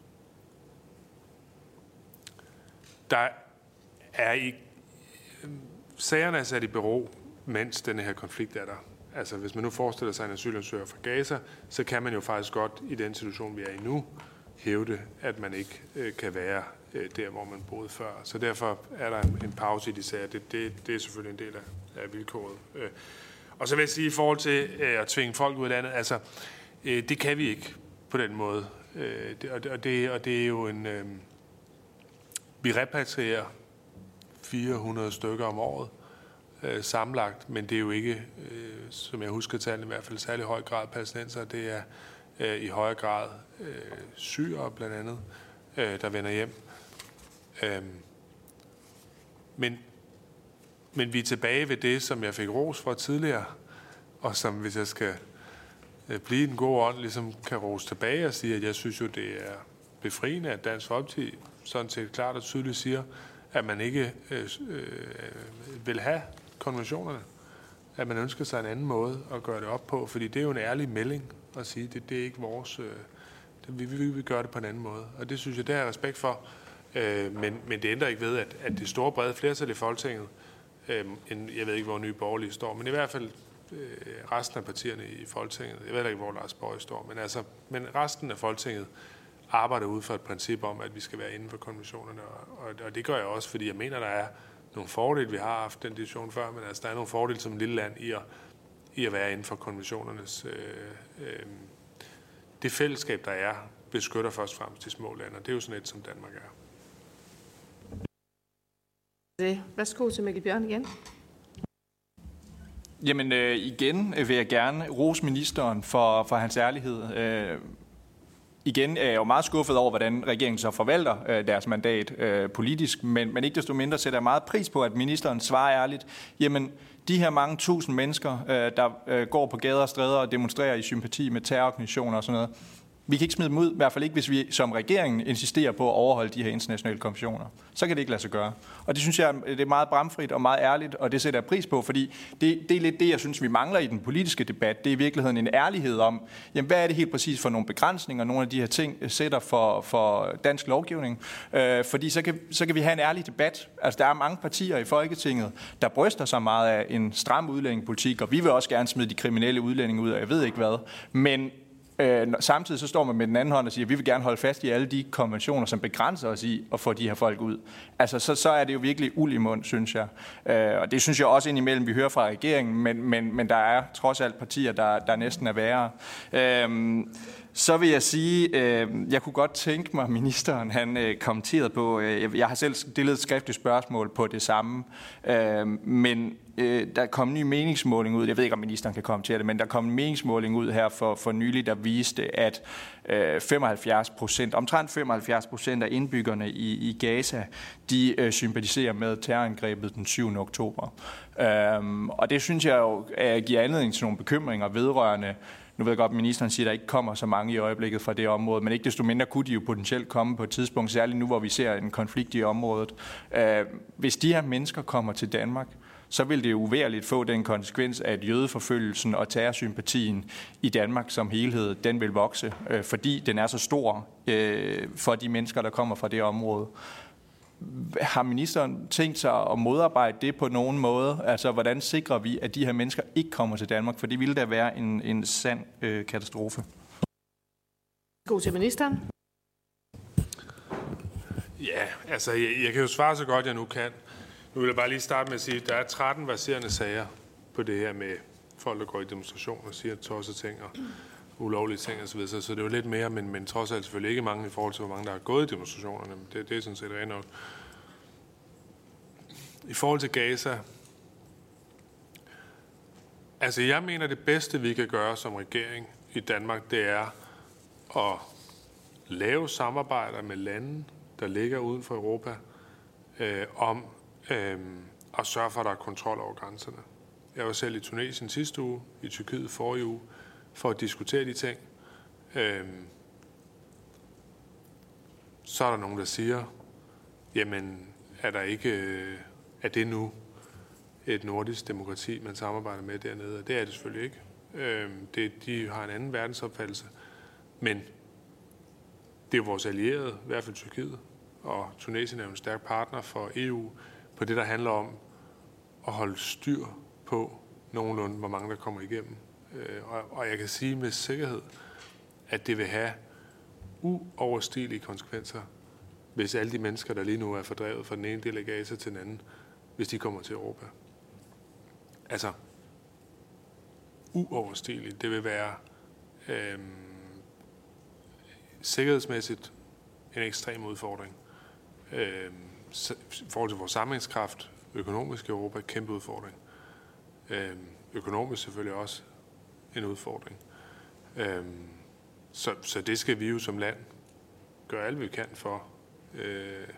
der er i sagerne er sat i bero, mens denne her konflikt er der. Altså, hvis man nu forestiller sig en asylansøger fra Gaza, så kan man jo faktisk godt, i den situation, vi er i nu, hævde, at man ikke øh, kan være øh, der, hvor man boede før. Så derfor er der en, en pause i de sager. Det, det, det er selvfølgelig en del af, af vilkåret. Øh. Og så vil jeg sige, i forhold til øh, at tvinge folk ud af landet, altså, øh, det kan vi ikke på den måde. Øh, det, og, det, og, det, og det er jo en... Øh, vi repatrierer fire hundrede stykker om året øh, sammenlagt, men det er jo ikke, øh, som jeg husker tallene i hvert fald, særlig høj grad palæstinenser. Det er øh, i højere grad øh, syrere blandt andet, øh, der vender hjem. Øh, men, men vi er tilbage ved det, som jeg fik ros for tidligere, og som, hvis jeg skal øh, blive en god ånd, ligesom kan rose tilbage og sige, at jeg synes jo, det er befriende, at Dansk Folkeparti sådan set klart og tydeligt siger, at man ikke øh, øh, vil have konventionerne. at man ønsker sig en anden måde at gøre det op på, fordi det er jo en ærlig melding at sige, at det, det er ikke vores, øh, det, vi, vi vil gøre det på en anden måde. Og det synes jeg, det har jeg respekt for, øh, men, men det ændrer ikke ved, at, at det store brede flertal i Folketinget, øh, en, jeg ved ikke, hvor Nye Borgerlige står, men i hvert fald øh, resten af partierne i Folketinget, jeg ved ikke, hvor Lars Borg står, men, altså, men resten af Folketinget arbejder ud for et princip om, at vi skal være inden for konventionerne, og, og, og det gør jeg også, fordi jeg mener, der er nogle fordele, vi har haft den diskussion før, men altså, der er nogle fordele som et lille land i at, i at være inden for konventionernes. Øh, øh, det fællesskab, der er, beskytter først og fremmest de små lande, og det er jo sådan et, som Danmark er.
Værsgo til Mikkel Bjørn igen.
Jamen øh, igen vil jeg gerne rose ministeren for, for hans ærlighed. Øh, Igen er jeg jo meget skuffet over, hvordan regeringen så forvalter øh, deres mandat øh, politisk, men, men ikke desto mindre sætter jeg meget pris på, at ministeren svarer ærligt. Jamen, de her mange tusind mennesker, øh, der øh, går på gader og stræder og demonstrerer i sympati med terrororganisationer og sådan noget, vi kan ikke smide dem ud, i hvert fald ikke, hvis vi som regeringen insisterer på at overholde de her internationale konventioner. Så kan det ikke lade sig gøre. Og det synes jeg, det er meget bramfrit og meget ærligt, og det sætter jeg pris på, fordi det, det er lidt det, jeg synes, vi mangler i den politiske debat. Det er i virkeligheden en ærlighed om, jamen, hvad er det helt præcis for nogle begrænsninger, nogle af de her ting sætter for, for dansk lovgivning. Øh, fordi så kan, så kan vi have en ærlig debat. Altså, der er mange partier i Folketinget, der bryster sig meget af en stram udlændingepolitik, og vi vil også gerne smide de kriminelle udlændinge ud, og jeg ved ikke hvad. Men Øh, samtidig så står man med den anden hånd og siger, at vi vil gerne holde fast i alle de konventioner, som begrænser os i at få de her folk ud. Altså, så, så er det jo virkelig uld i mund, synes jeg. Øh, og det synes jeg også indimellem, vi hører fra regeringen, men, men, men der er trods alt partier, der, der næsten er værre. Øh, så vil jeg sige, øh, jeg kunne godt tænke mig, at ministeren han øh, kommenterede på, øh, jeg har selv stillet et skriftligt spørgsmål på det samme, øh, men der kom en ny meningsmåling ud, jeg ved ikke, om ministeren kan kommentere det, men der kom en meningsmåling ud her for, for nylig, der viste, at øh, femoghalvfjerds procent, omtrent femoghalvfjerds procent af indbyggerne i, i Gaza, de øh, sympatiserer med terrorangrebet den syvende oktober. Øhm, og det synes jeg jo giver anledning til nogle bekymringer vedrørende. Nu ved jeg godt, at ministeren siger, at der ikke kommer så mange i øjeblikket fra det område, men ikke desto mindre kunne de jo potentielt komme på et tidspunkt, særligt nu, hvor vi ser en konflikt i området. Øh, hvis de her mennesker kommer til Danmark, så vil det jo uværligt få den konsekvens, at jødeforfølgelsen og terrorsympatien i Danmark som helhed, den vil vokse, øh, fordi den er så stor øh, for de mennesker, der kommer fra det område. Har ministeren tænkt sig at modarbejde det på nogen måde? Altså, hvordan sikrer vi, at de her mennesker ikke kommer til Danmark? For det ville da være en, en sand øh, katastrofe.
God til ministeren.
Ja, altså, jeg, jeg kan jo svare så godt, jeg nu kan. Nu vil jeg bare lige starte med at sige, at der er tretten verserende sager på det her med folk, der går i demonstration og siger tosset ting og ulovlige ting osv. Så, så det er jo lidt mere, men, men trods alt selvfølgelig ikke mange i forhold til, hvor mange der har gået i demonstrationerne. Det, det er sådan set rent nok. I forhold til Gaza, altså jeg mener, det bedste, vi kan gøre som regering i Danmark, det er at lave samarbejder med lande, der ligger uden for Europa, øh, om Øhm, og sørge for, at der er kontrol over grænserne. Jeg var selv i Tunesien sidste uge, i Tyrkiet forrige uge, for at diskutere de ting. Øhm, så er der nogen, der siger, jamen, er der ikke, øh, er det nu et nordisk demokrati, man samarbejder med dernede? Og det er det selvfølgelig ikke. Øhm, det, de har en anden verdensopfattelse. Men det er vores allierede, i hvert fald Tyrkiet, og Tunesien er jo en stærk partner for E U, på det, der handler om at holde styr på nogenlunde, hvor mange der kommer igennem. Og jeg kan sige med sikkerhed, at det vil have uoverstigelige konsekvenser, hvis alle de mennesker, der lige nu er fordrevet fra den ene del af Gaza til den anden, hvis de kommer til Europa. Altså, uoverstigeligt. Det vil være øh, sikkerhedsmæssigt en ekstrem udfordring. Øh, I forhold til vores samlingskraft, økonomisk i Europa, kæmpe udfordring. Øh, økonomisk selvfølgelig også en udfordring. Øh, så, så det skal vi jo som land gøre alt, vi kan for, øh,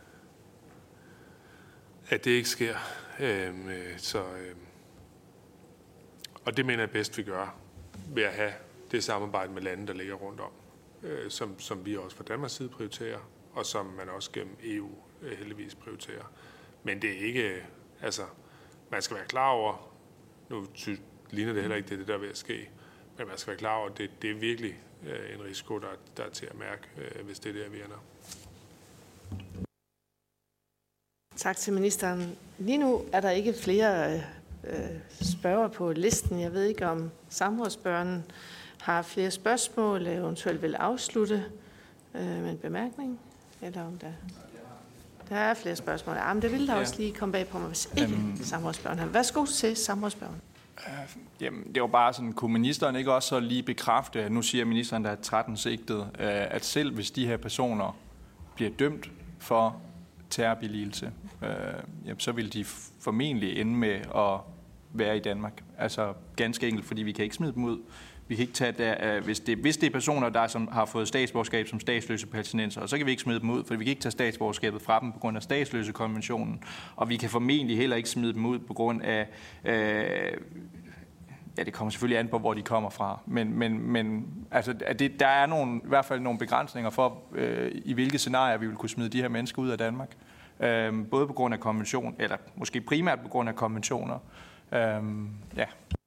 at det ikke sker. Øh, så, øh, og det mener jeg bedst, vi gør ved at have det samarbejde med lande, der ligger rundt om, øh, som, som vi også fra Danmarks side prioriterer, og som man også gennem E U heldigvis prioriterer. Men det er ikke, altså, man skal være klar over, Nu synes, ligner det heller ikke, det er det, der er ved at ske. Men man skal være klar over, at det, det er virkelig øh, en risiko, der, der er til at mærke, øh, hvis det er der, vi ender.
Tak til ministeren. Lige nu er der ikke flere øh, spørger på listen. Jeg ved ikke, om samrådsspørgeren har flere spørgsmål, eller eventuelt vil afslutte øh, med en bemærkning, eller om der, der er flere spørgsmål. Ja, men det ville der ja. også lige komme bag på mig, hvis ikke um, samrådsspørgeren har. Værsgo til samrådsspørgeren.
Uh, jamen, det var bare sådan, kunne ministeren ikke også så lige bekræfte, at nu siger ministeren, der er tretten sigtet, uh, at selv hvis de her personer bliver dømt for terrorbilligelse, uh, jamen, så vil de formentlig ende med at være i Danmark. Altså ganske enkelt, fordi vi kan ikke smide dem ud. Vi kan ikke tage der, hvis, det, hvis det er personer, der som har fået statsborgerskab som statsløse palæstinenser, så kan vi ikke smide dem ud, for vi kan ikke tage statsborgerskabet fra dem på grund af statsløsekonventionen, og vi kan formentlig heller ikke smide dem ud på grund af, øh, ja, det kommer selvfølgelig an på, hvor de kommer fra, men, men, men altså, det, der er nogle, i hvert fald nogle begrænsninger for, øh, i hvilke scenarier vi vil kunne smide de her mennesker ud af Danmark, øh, både på grund af konvention, eller måske primært på grund af konventioner. Øh, ja.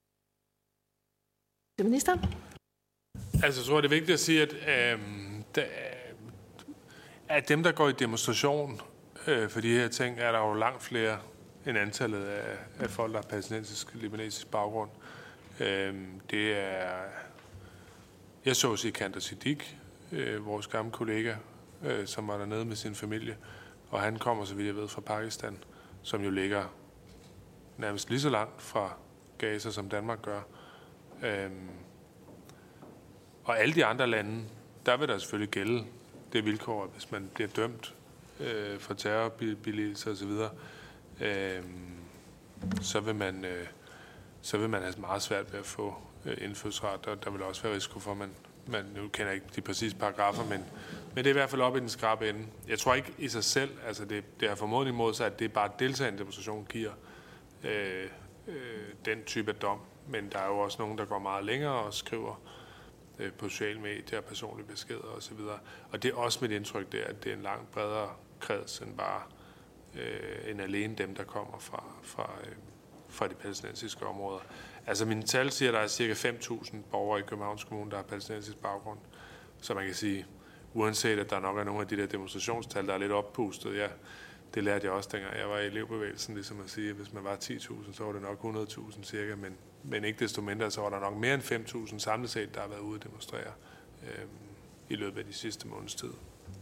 Ministeren?
Altså, jeg tror, det er vigtigt at sige, at, øh, der, at dem, der går i demonstration øh, for de her ting, er der jo langt flere end antallet af, af folk, der har palæstinensisk libanesisk baggrund. Øh, det er... Jeg så Sikander Siddiq, øh, vores gamle kollega, øh, som var dernede med sin familie, og han kommer, så vidt jeg ved, fra Pakistan, som jo ligger nærmest lige så langt fra Gaza, som Danmark gør. Øhm, og alle de andre lande, der vil der selvfølgelig gælde det vilkår, at hvis man bliver dømt øh, for terrorbilligelse osv., øh, så vil man øh, så vil man have meget svært ved at få øh, indfødsret, og der vil også være risiko for, at man, man nu kender ikke de præcise paragrafer, men, men det er i hvert fald op i den skrabe ende. Jeg tror ikke i sig selv, altså det, det er formodentlig mod sig, at det er bare deltagende demonstration giver øh, øh, den type af dom. Men der er jo også nogen, der går meget længere og skriver øh, på sociale medier, personlige beskeder osv. Og det er også mit indtryk der, at det er en langt bredere kreds end bare øh, end alene dem, der kommer fra, fra, øh, fra de palæstinensiske områder. Altså mine tal siger, at der er cirka fem tusind borgere i Københavns Kommune, der har palæstinensisk baggrund. Så man kan sige, uanset at der nok er nogle af de der demonstrationstal, der er lidt oppustet, ja, det lærte jeg også, dengang jeg var i elevbevægelsen, ligesom at sige, at hvis man var ti tusind, så var det nok hundrede tusind cirka, men, men ikke desto mindre, så var der nok mere end fem tusind samlet set, der har været ude at demonstrere øh, i løbet af de sidste måneds tid.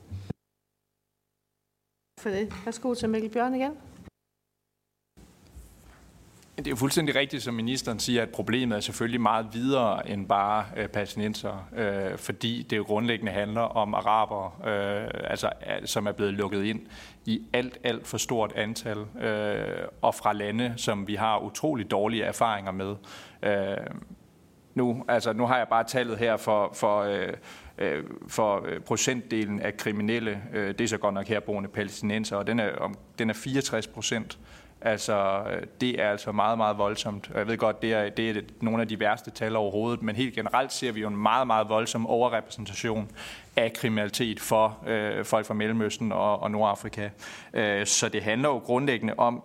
For det. Værsgo til Mikkel Bjørn igen.
Det er jo fuldstændig rigtigt, som ministeren siger, at problemet er selvfølgelig meget videre end bare øh, palæstinenser, øh, fordi det jo grundlæggende handler om araber, øh, altså, som er blevet lukket ind i alt, alt for stort antal, øh, og fra lande, som vi har utrolig dårlige erfaringer med. Øh, nu, altså, nu har jeg bare tallet her for, for, øh, øh, for procentdelen af kriminelle, øh, det er så godt nok herboende palæstinenser, og den er, om, den er fireogtres procent. Altså, det er altså meget, meget voldsomt. Jeg ved godt, det er, det er nogle af de værste tal overhovedet, men helt generelt ser vi jo en meget, meget voldsom overrepræsentation af kriminalitet for øh, folk fra Mellemøsten og, og Nordafrika. Øh, så det handler jo grundlæggende om,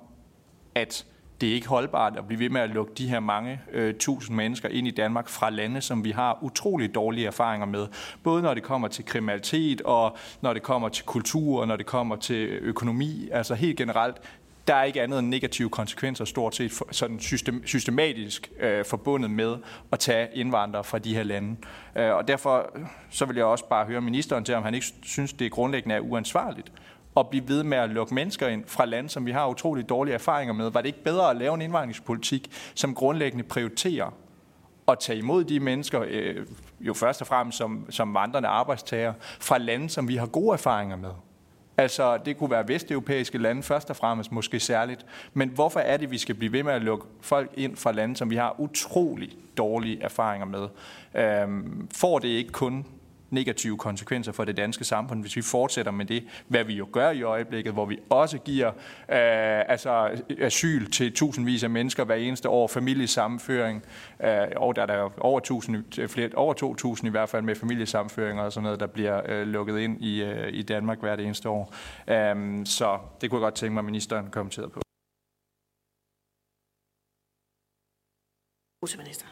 at det er ikke holdbart at blive ved med at lukke de her mange øh, tusind mennesker ind i Danmark fra lande, som vi har utrolig dårlige erfaringer med. Både når det kommer til kriminalitet, og når det kommer til kultur, og når det kommer til økonomi. Altså helt generelt, der er ikke andet end negative konsekvenser stort set for, sådan system, systematisk øh, forbundet med at tage indvandrere fra de her lande. Øh, og derfor så vil jeg også bare høre ministeren til, om han ikke synes, det grundlæggende er uansvarligt at blive ved med at lukke mennesker ind fra lande, som vi har utrolig dårlige erfaringer med. Var det ikke bedre at lave en indvandringspolitik, som grundlæggende prioriterer at tage imod de mennesker, øh, jo først og fremmest som, som vandrende arbejdstagere, fra lande, som vi har gode erfaringer med? Altså, det kunne være vesteuropæiske lande først og fremmest, måske særligt. Men hvorfor er det, vi skal blive ved med at lukke folk ind fra lande, som vi har utrolig dårlige erfaringer med? Øhm, får det ikke kun negative konsekvenser for det danske samfund, hvis vi fortsætter med det, hvad vi jo gør i øjeblikket, hvor vi også giver øh, altså asyl til tusindvis af mennesker hver eneste år, familiesammenføring, øh, og der er der over, tusind, flere, over to tusind i hvert fald med familiesammenføringer og sådan noget, der bliver øh, lukket ind i, øh, i Danmark hvert eneste år. Øh, så det kunne jeg godt tænke mig, at ministeren kommenterede på.
Minister.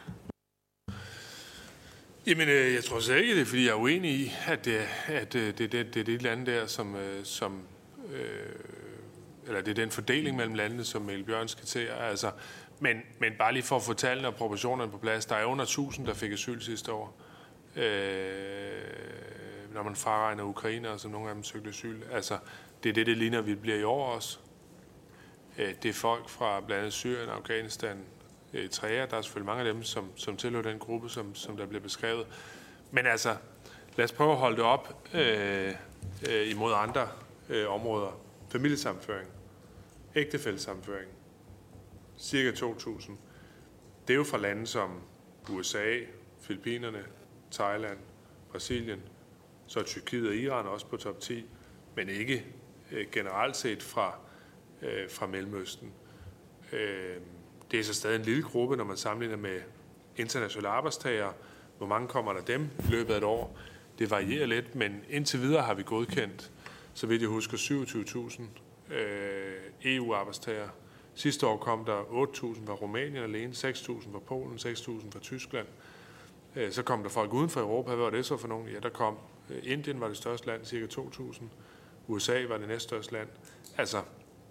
Jamen, øh, jeg tror så ikke, det er, fordi jeg er uenig i, at det, at, øh, det, det, det er det lande der, som, øh, som øh, eller det er den fordeling mellem landene, som Mikkel Bjørn skitserer. Altså, men, men bare lige for at få tallene og proportionerne på plads, der er under tusind, der fik asyl sidste år. Øh, når man fraregner ukrainere, som nogle af dem søgte asyl. Altså, det er det, det ligner, vi bliver i år også. Øh, det er folk fra blandt andet Syrien, Afghanistan, Eritrea. Der er selvfølgelig mange af dem, som, som tilhører den gruppe, som, som der bliver beskrevet. Men altså, lad os prøve at holde det op øh, øh, imod andre øh, områder. Familiesamføring, ægtefællesamføring, cirka to tusind. Det er jo fra lande som U S A, Filippinerne, Thailand, Brasilien, så er Tyrkiet og Iran også på top ti, men ikke øh, generelt set fra, øh, fra Mellemøsten. Øh, det er så stadig en lille gruppe, når man sammenligner med internationale arbejdstagere. Hvor mange kommer der dem i løbet af et år? Det varierer lidt, men indtil videre har vi godkendt, så vidt jeg husker, syvogtyve tusind øh, E U-arbejdstagere. Sidste år kom der otte tusind fra Rumænien alene, seks tusind fra Polen, seks tusind fra Tyskland. Øh, så kom der folk uden for Europa. Hvad var det så for nogen? Ja, der kom øh, Indien var det største land, cirka to tusind. U S A var det næststørste land. Altså,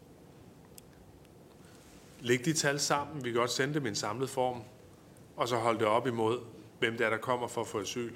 læg de tal sammen. Vi kan godt sende dem i en samlet form, og så holde det op imod, hvem der er, der kommer for at få asyl.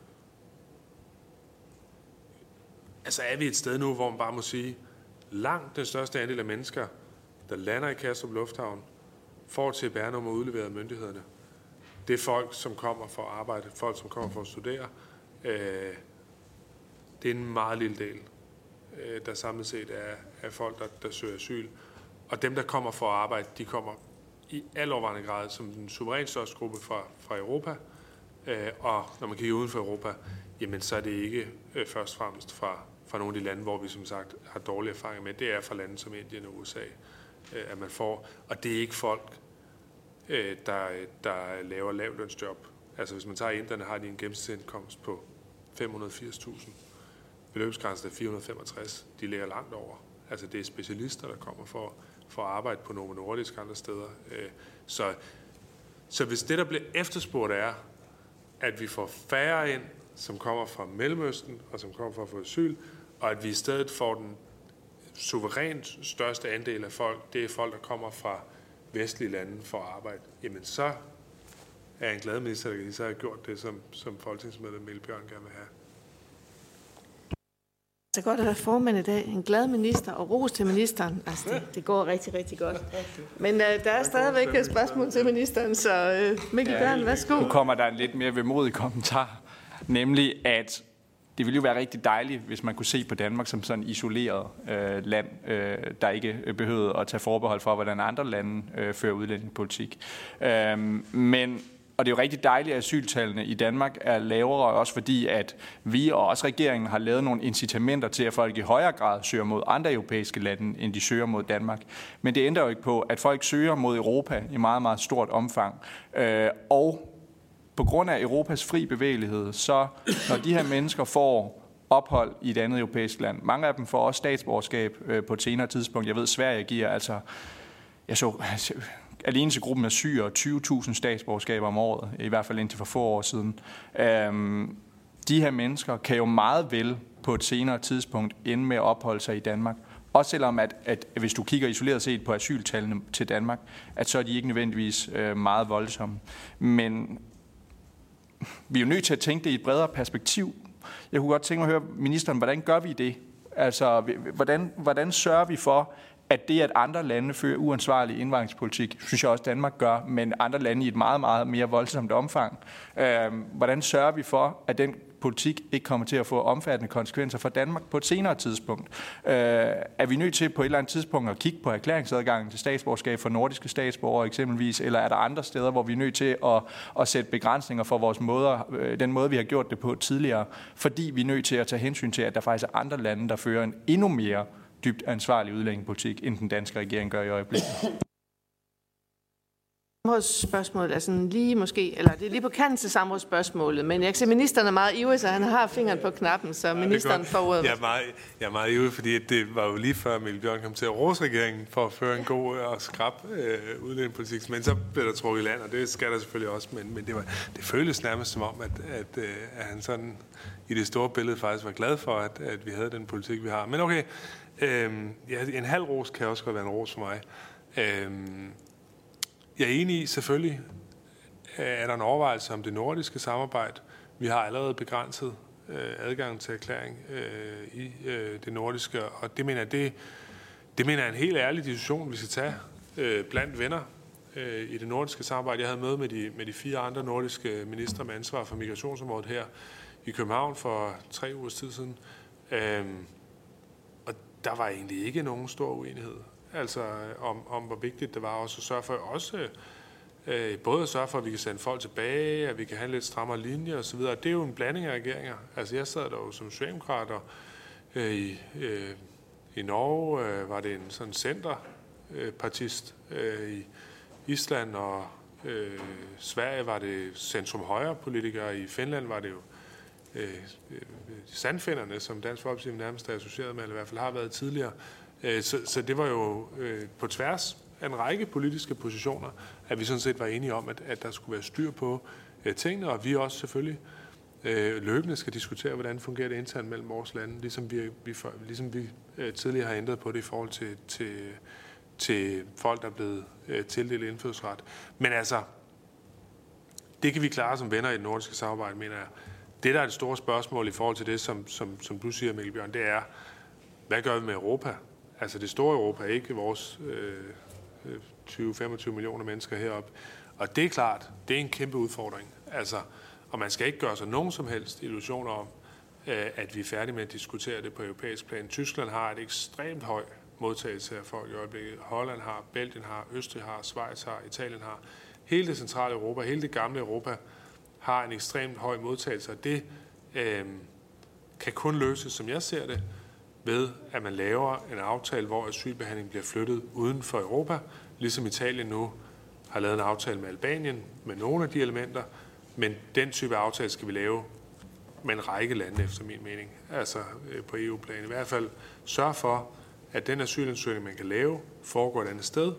Altså er vi et sted nu, hvor man bare må sige, langt den største andel af mennesker, der lander i Kastrup Lufthavn, får C P R-nummer udleveret af myndighederne. Det er folk, som kommer for at arbejde, folk, som kommer for at studere. Øh, det er en meget lille del, øh, der samlet set er, er folk, der, der søger asyl. Og dem, der kommer for at arbejde, de kommer ialovervejende grad som den suverænt største gruppe fra, fra Europa. Øh, og når man kigger uden for Europa, jamen så er det ikke øh, først og fremmest fra, fra nogle af de lande, hvor vi som sagt har dårlige erfaringer med. Det er fra lande som Indien og U S A, øh, at man får. Og det er ikke folk, øh, der, der laver lavlønsjob. Altså hvis man tager inderne, har de en gennemsnitsindkomst på fem hundrede og firs tusind. Beløbsgrænsen er fire hundrede og femogtres. De ligger langt over. Altså det er specialister, der kommer for, for at arbejde på Novo Nordisk andre steder. Øh, så, så hvis det, der bliver efterspurgt, er, at vi får færre ind, som kommer fra Mellemøsten, og som kommer for at få asyl, og at vi i stedet får den suverænt største andel af folk, det er folk, der kommer fra vestlige lande for at arbejde, jamen så er jeg en glad minister, der kan så have gjort det, som, som folketingsmedlem Mikkel Bjørn gerne vil have.
Det er godt at være formand i dag. En glad minister og ros til ministeren. Altså, det, det går rigtig, rigtig godt. Men uh, der er stadigvæk et spørgsmål til ministeren, så uh, Mikkel Bjørn, ja, værsgo.
Nu kommer der en lidt mere vemodig kommentar, nemlig at det ville jo være rigtig dejligt, hvis man kunne se på Danmark som sådan et isoleret øh, land, øh, der ikke behøvede at tage forbehold for, hvordan andre lande øh, fører udlændingepolitik. Øh, men Og det er jo rigtig dejligt, at asyltallene i Danmark er lavere, også fordi, at vi og også regeringen har lavet nogle incitamenter til, at folk i højere grad søger mod andre europæiske lande, end de søger mod Danmark. Men det ændrer jo ikke på, at folk søger mod Europa i meget, meget stort omfang. Og på grund af Europas fri bevægelighed, så når de her mennesker får ophold i et andet europæisk land, mange af dem får også statsborgerskab på et senere tidspunkt. Jeg ved, Sverige giver altså... Jeg så... alene til gruppen af syrere tyve tusind statsborgerskaber om året, i hvert fald indtil for få år siden. Øhm, de her mennesker kan jo meget vel på et senere tidspunkt ende med at opholde sig i Danmark. Også selvom, at, at hvis du kigger isoleret set på asyltallene til Danmark, at så er de ikke nødvendigvis øh, meget voldsomme. Men vi er jo nødt til at tænke det i et bredere perspektiv. Jeg kunne godt tænke mig at høre ministeren, hvordan gør vi det? Altså, hvordan, hvordan sørger vi for, at det, at andre lande fører uansvarlig indvandringspolitik, synes jeg også Danmark gør, men andre lande i et meget, meget mere voldsomt omfang. Øh, hvordan sørger vi for, at den politik ikke kommer til at få omfattende konsekvenser for Danmark på et senere tidspunkt? Øh, er vi nødt til på et eller andet tidspunkt at kigge på erklæringsadgangen til statsborgerskab for nordiske statsborgere eksempelvis, eller er der andre steder, hvor vi er nødt til at, at sætte begrænsninger for vores måder, øh, den måde, vi har gjort det på tidligere, fordi vi er nødt til at tage hensyn til, at der faktisk er andre lande, der fører en endnu mere dybt ansvarlig udlændingepolitik, end den danske regering gør i øjeblikket.
Samrådsspørgsmålet er sådan lige måske, eller det er lige på kanten til samrådsspørgsmålet, men jeg kan se, at ministeren er meget ivrig, så han har fingeren på knappen, så ministeren får ordet.
Jeg er meget, jeg er meget ivrig, fordi det var jo lige før Mikkel Bjørn kom til at rose regeringen for at føre en god og skrap øh, udlændingepolitik, men så blev der trukket i land, og det skal der selvfølgelig også, men, men det, var, det føltes nærmest som om, at, at, øh, at han sådan i det store billede faktisk var glad for, at, at vi havde den politik, vi har. Men okay, øh, ja, en halv ros kan også godt være en ros for mig. Øh, Jeg er enig i, selvfølgelig er der en overvejelse om det nordiske samarbejde. Vi har allerede begrænset øh, adgang til erklæring øh, i øh, det nordiske, og det mener jeg, det, det mener jeg er en helt ærlig diskussion, vi skal tage øh, blandt venner øh, i det nordiske samarbejde. Jeg havde møde med de, med de fire andre nordiske ministre med ansvar for migrationsområdet her i København for tre ugers tid siden, øh, og der var egentlig ikke nogen stor uenighed. Altså om, om hvor vigtigt det var også at sørge for, også, øh, både at sørge for, at vi kan sende folk tilbage, at vi kan have en lidt strammere linje osv. Det er jo en blanding af regeringer. Altså jeg sad der jo som socialdemokrat, og øh, i, øh, i Norge øh, var det en sådan centerpartist, øh, i Island og øh, Sverige var det centrum-højre politikere, i Finland var det jo øh, øh, sandfinnerne, som Dansk Folkeparti nærmest er associeret med, eller i hvert fald har været tidligere. Så, så det var jo øh, på tværs af en række politiske positioner, at vi sådan set var enige om, at, at der skulle være styr på øh, tingene, og vi også selvfølgelig øh, løbende skal diskutere, hvordan fungerer det internt mellem vores lande, ligesom vi, vi, for, ligesom vi øh, tidligere har ændret på det i forhold til, til, til folk, der er blevet øh, tildelt indfødsret. Men altså, det kan vi klare som venner i det nordiske samarbejde, mener jeg. Det, der er det store spørgsmål i forhold til det, som, som, som du siger, Mikkel Bjørn, det er, hvad gør vi med Europa? Altså det store Europa, ikke vores øh, tyve til femogtyve millioner mennesker heroppe. Og det er klart, det er en kæmpe udfordring. Altså, og man skal ikke gøre sig nogen som helst illusioner om, øh, at vi er færdige med at diskutere det på europæisk plan. Tyskland har et ekstremt høj modtagelse af folk i øjeblikket. Holland har, Belgien har, Østrig har, Schweiz har, Italien har. Hele det centrale Europa, hele det gamle Europa har en ekstremt høj modtagelse. Og det øh, kan kun løses, som jeg ser det, ved at man laver en aftale, hvor asylbehandling bliver flyttet uden for Europa, ligesom Italien nu har lavet en aftale med Albanien med nogle af de elementer, men den type aftale skal vi lave med en række lande, efter min mening, altså på E U-plan. I hvert fald sørge for, at den asylansøgning, man kan lave, foregår et andet sted,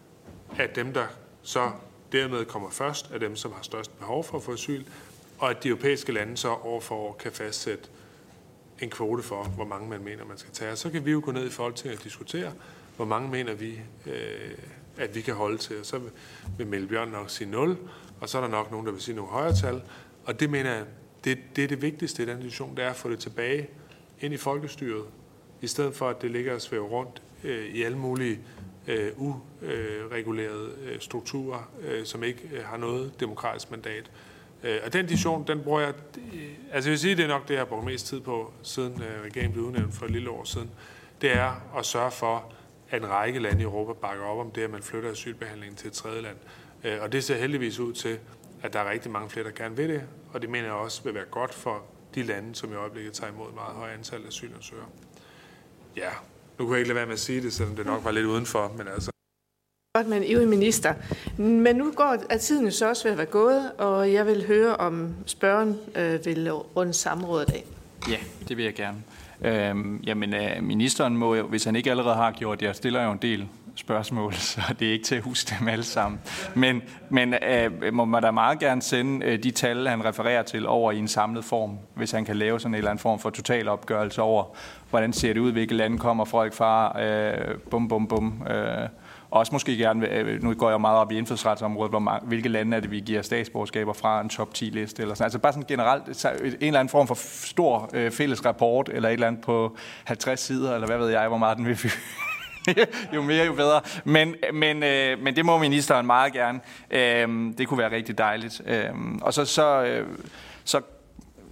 at dem, der så dermed kommer først, er dem, som har størst behov for at få asyl, og at de europæiske lande så år for år kan fastsætte en kvote for, hvor mange man mener, man skal tage. Så kan vi jo gå ned i Folketinget og diskutere, hvor mange mener vi, øh, at vi kan holde til. Og så vil Mikkel Bjørn nok sige nul, og så er der nok nogen, der vil sige nogle højere tal. Og det mener jeg, det, det er det vigtigste i den diskussion, det er at få det tilbage ind i folkestyret, i stedet for at det ligger og svæver rundt øh, i alle mulige øh, uregulerede øh, strukturer, øh, som ikke øh, har noget demokratisk mandat. Og den diskussion, den bruger jeg, altså jeg vil sige, det er nok det, jeg har brugt mest tid på, siden regeringen blev udnævnt for et lille år siden, det er at sørge for, at en række lande i Europa bakker op om det, at man flytter asylbehandlingen til et tredje land. Og det ser heldigvis ud til, at der er rigtig mange flere, der gerne vil det, og det mener jeg også vil være godt for de lande, som i øjeblikket tager imod et meget højt antal asylansøgere. Ja, nu kunne jeg ikke lade være med at sige det, selvom det nok var lidt udenfor, men altså.
Godt med en ivrig minister. Men nu går at tiden så også ved at være gået, og jeg vil høre, om spørgeren øh, vil runde samrådet af.
Ja, det vil jeg gerne. Øhm, jamen, øh, ministeren må jo, hvis han ikke allerede har gjort det, jeg stiller jo en del spørgsmål, så det er ikke til at huske dem alle sammen. Men, men øh, må man da meget gerne sende øh, de tal, han refererer til, over i en samlet form, hvis han kan lave sådan en eller anden form for totalopgørelse over, hvordan ser det ud, hvilke lande kommer folk fra, øh, bum, bum, bum, øh, også måske gerne, nu går jeg meget op i indfødsretsområdet, hvor mange, hvilke lande er det, vi giver statsborgerskaber fra, en top ti liste eller sådan. Altså bare sådan generelt en eller anden form for stor øh, fælles rapport, eller et eller andet på halvtreds sider, eller hvad ved jeg, hvor meget den vil fylde. Jo mere, jo bedre. Men, men, øh, men det må ministeren meget gerne. Øh, det kunne være rigtig dejligt. Øh, og så, så, øh, så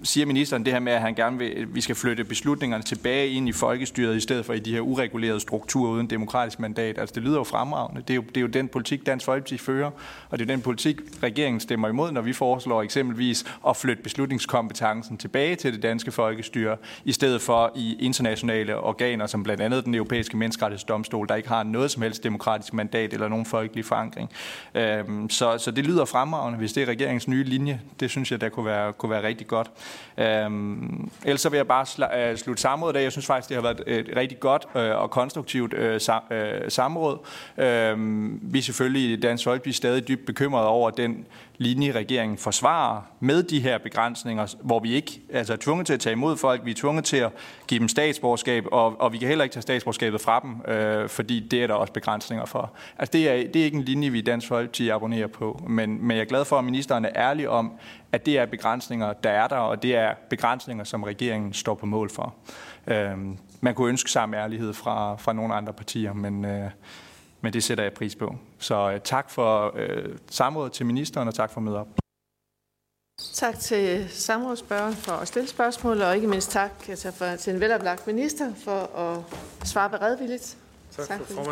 siger ministeren det her med, at han gerne vil, vi skal flytte beslutningerne tilbage ind i folkestyret, i stedet for i de her uregulerede strukturer uden demokratisk mandat. Altså det lyder jo fremragende. Det er jo, det er jo den politik, Dansk Folkeparti fører, og det er den politik, regeringen stemmer imod, når vi foreslår eksempelvis at flytte beslutningskompetencen tilbage til det danske folkestyre, i stedet for i internationale organer, som blandt andet den europæiske menneskerettighedsdomstol, der ikke har noget som helst demokratisk mandat eller nogen folkelig forankring. Øhm, så, så det lyder fremragende, hvis det er regeringens nye linje. Det synes jeg, der kunne være, kunne være rigtig godt. Øhm, ellers så vil jeg bare sl- uh, slutte samrådet af. Jeg synes faktisk, det har været et rigtig godt uh, og konstruktivt uh, sam- uh, samråd. Øhm, vi er selvfølgelig i Dansk Folkeparti stadig dybt bekymrede over den linje, regeringen forsvarer med de her begrænsninger, hvor vi ikke altså, er tvunget til at tage imod folk, vi er tvunget til at give dem statsborgerskab, og, og vi kan heller ikke tage statsborgerskabet fra dem, øh, fordi det er der også begrænsninger for. Altså, det er, det er ikke en linje, vi i Dansk Folkeparti abonnerer på, men, men jeg er glad for, at ministeren er ærlig om, at det er begrænsninger, der er der, og det er begrænsninger, som regeringen står på mål for. Øh, man kunne ønske samme ærlighed fra, fra nogle andre partier, men... Øh, Men det sætter jeg pris på. Så uh, tak for uh, samrådet til ministeren, og tak for mødet op.
Tak til samrådsspørgeren for at stille spørgsmål, og ikke mindst tak altså for, til en veloplagt minister for at svare beredvilligt.
Tak, tak for, for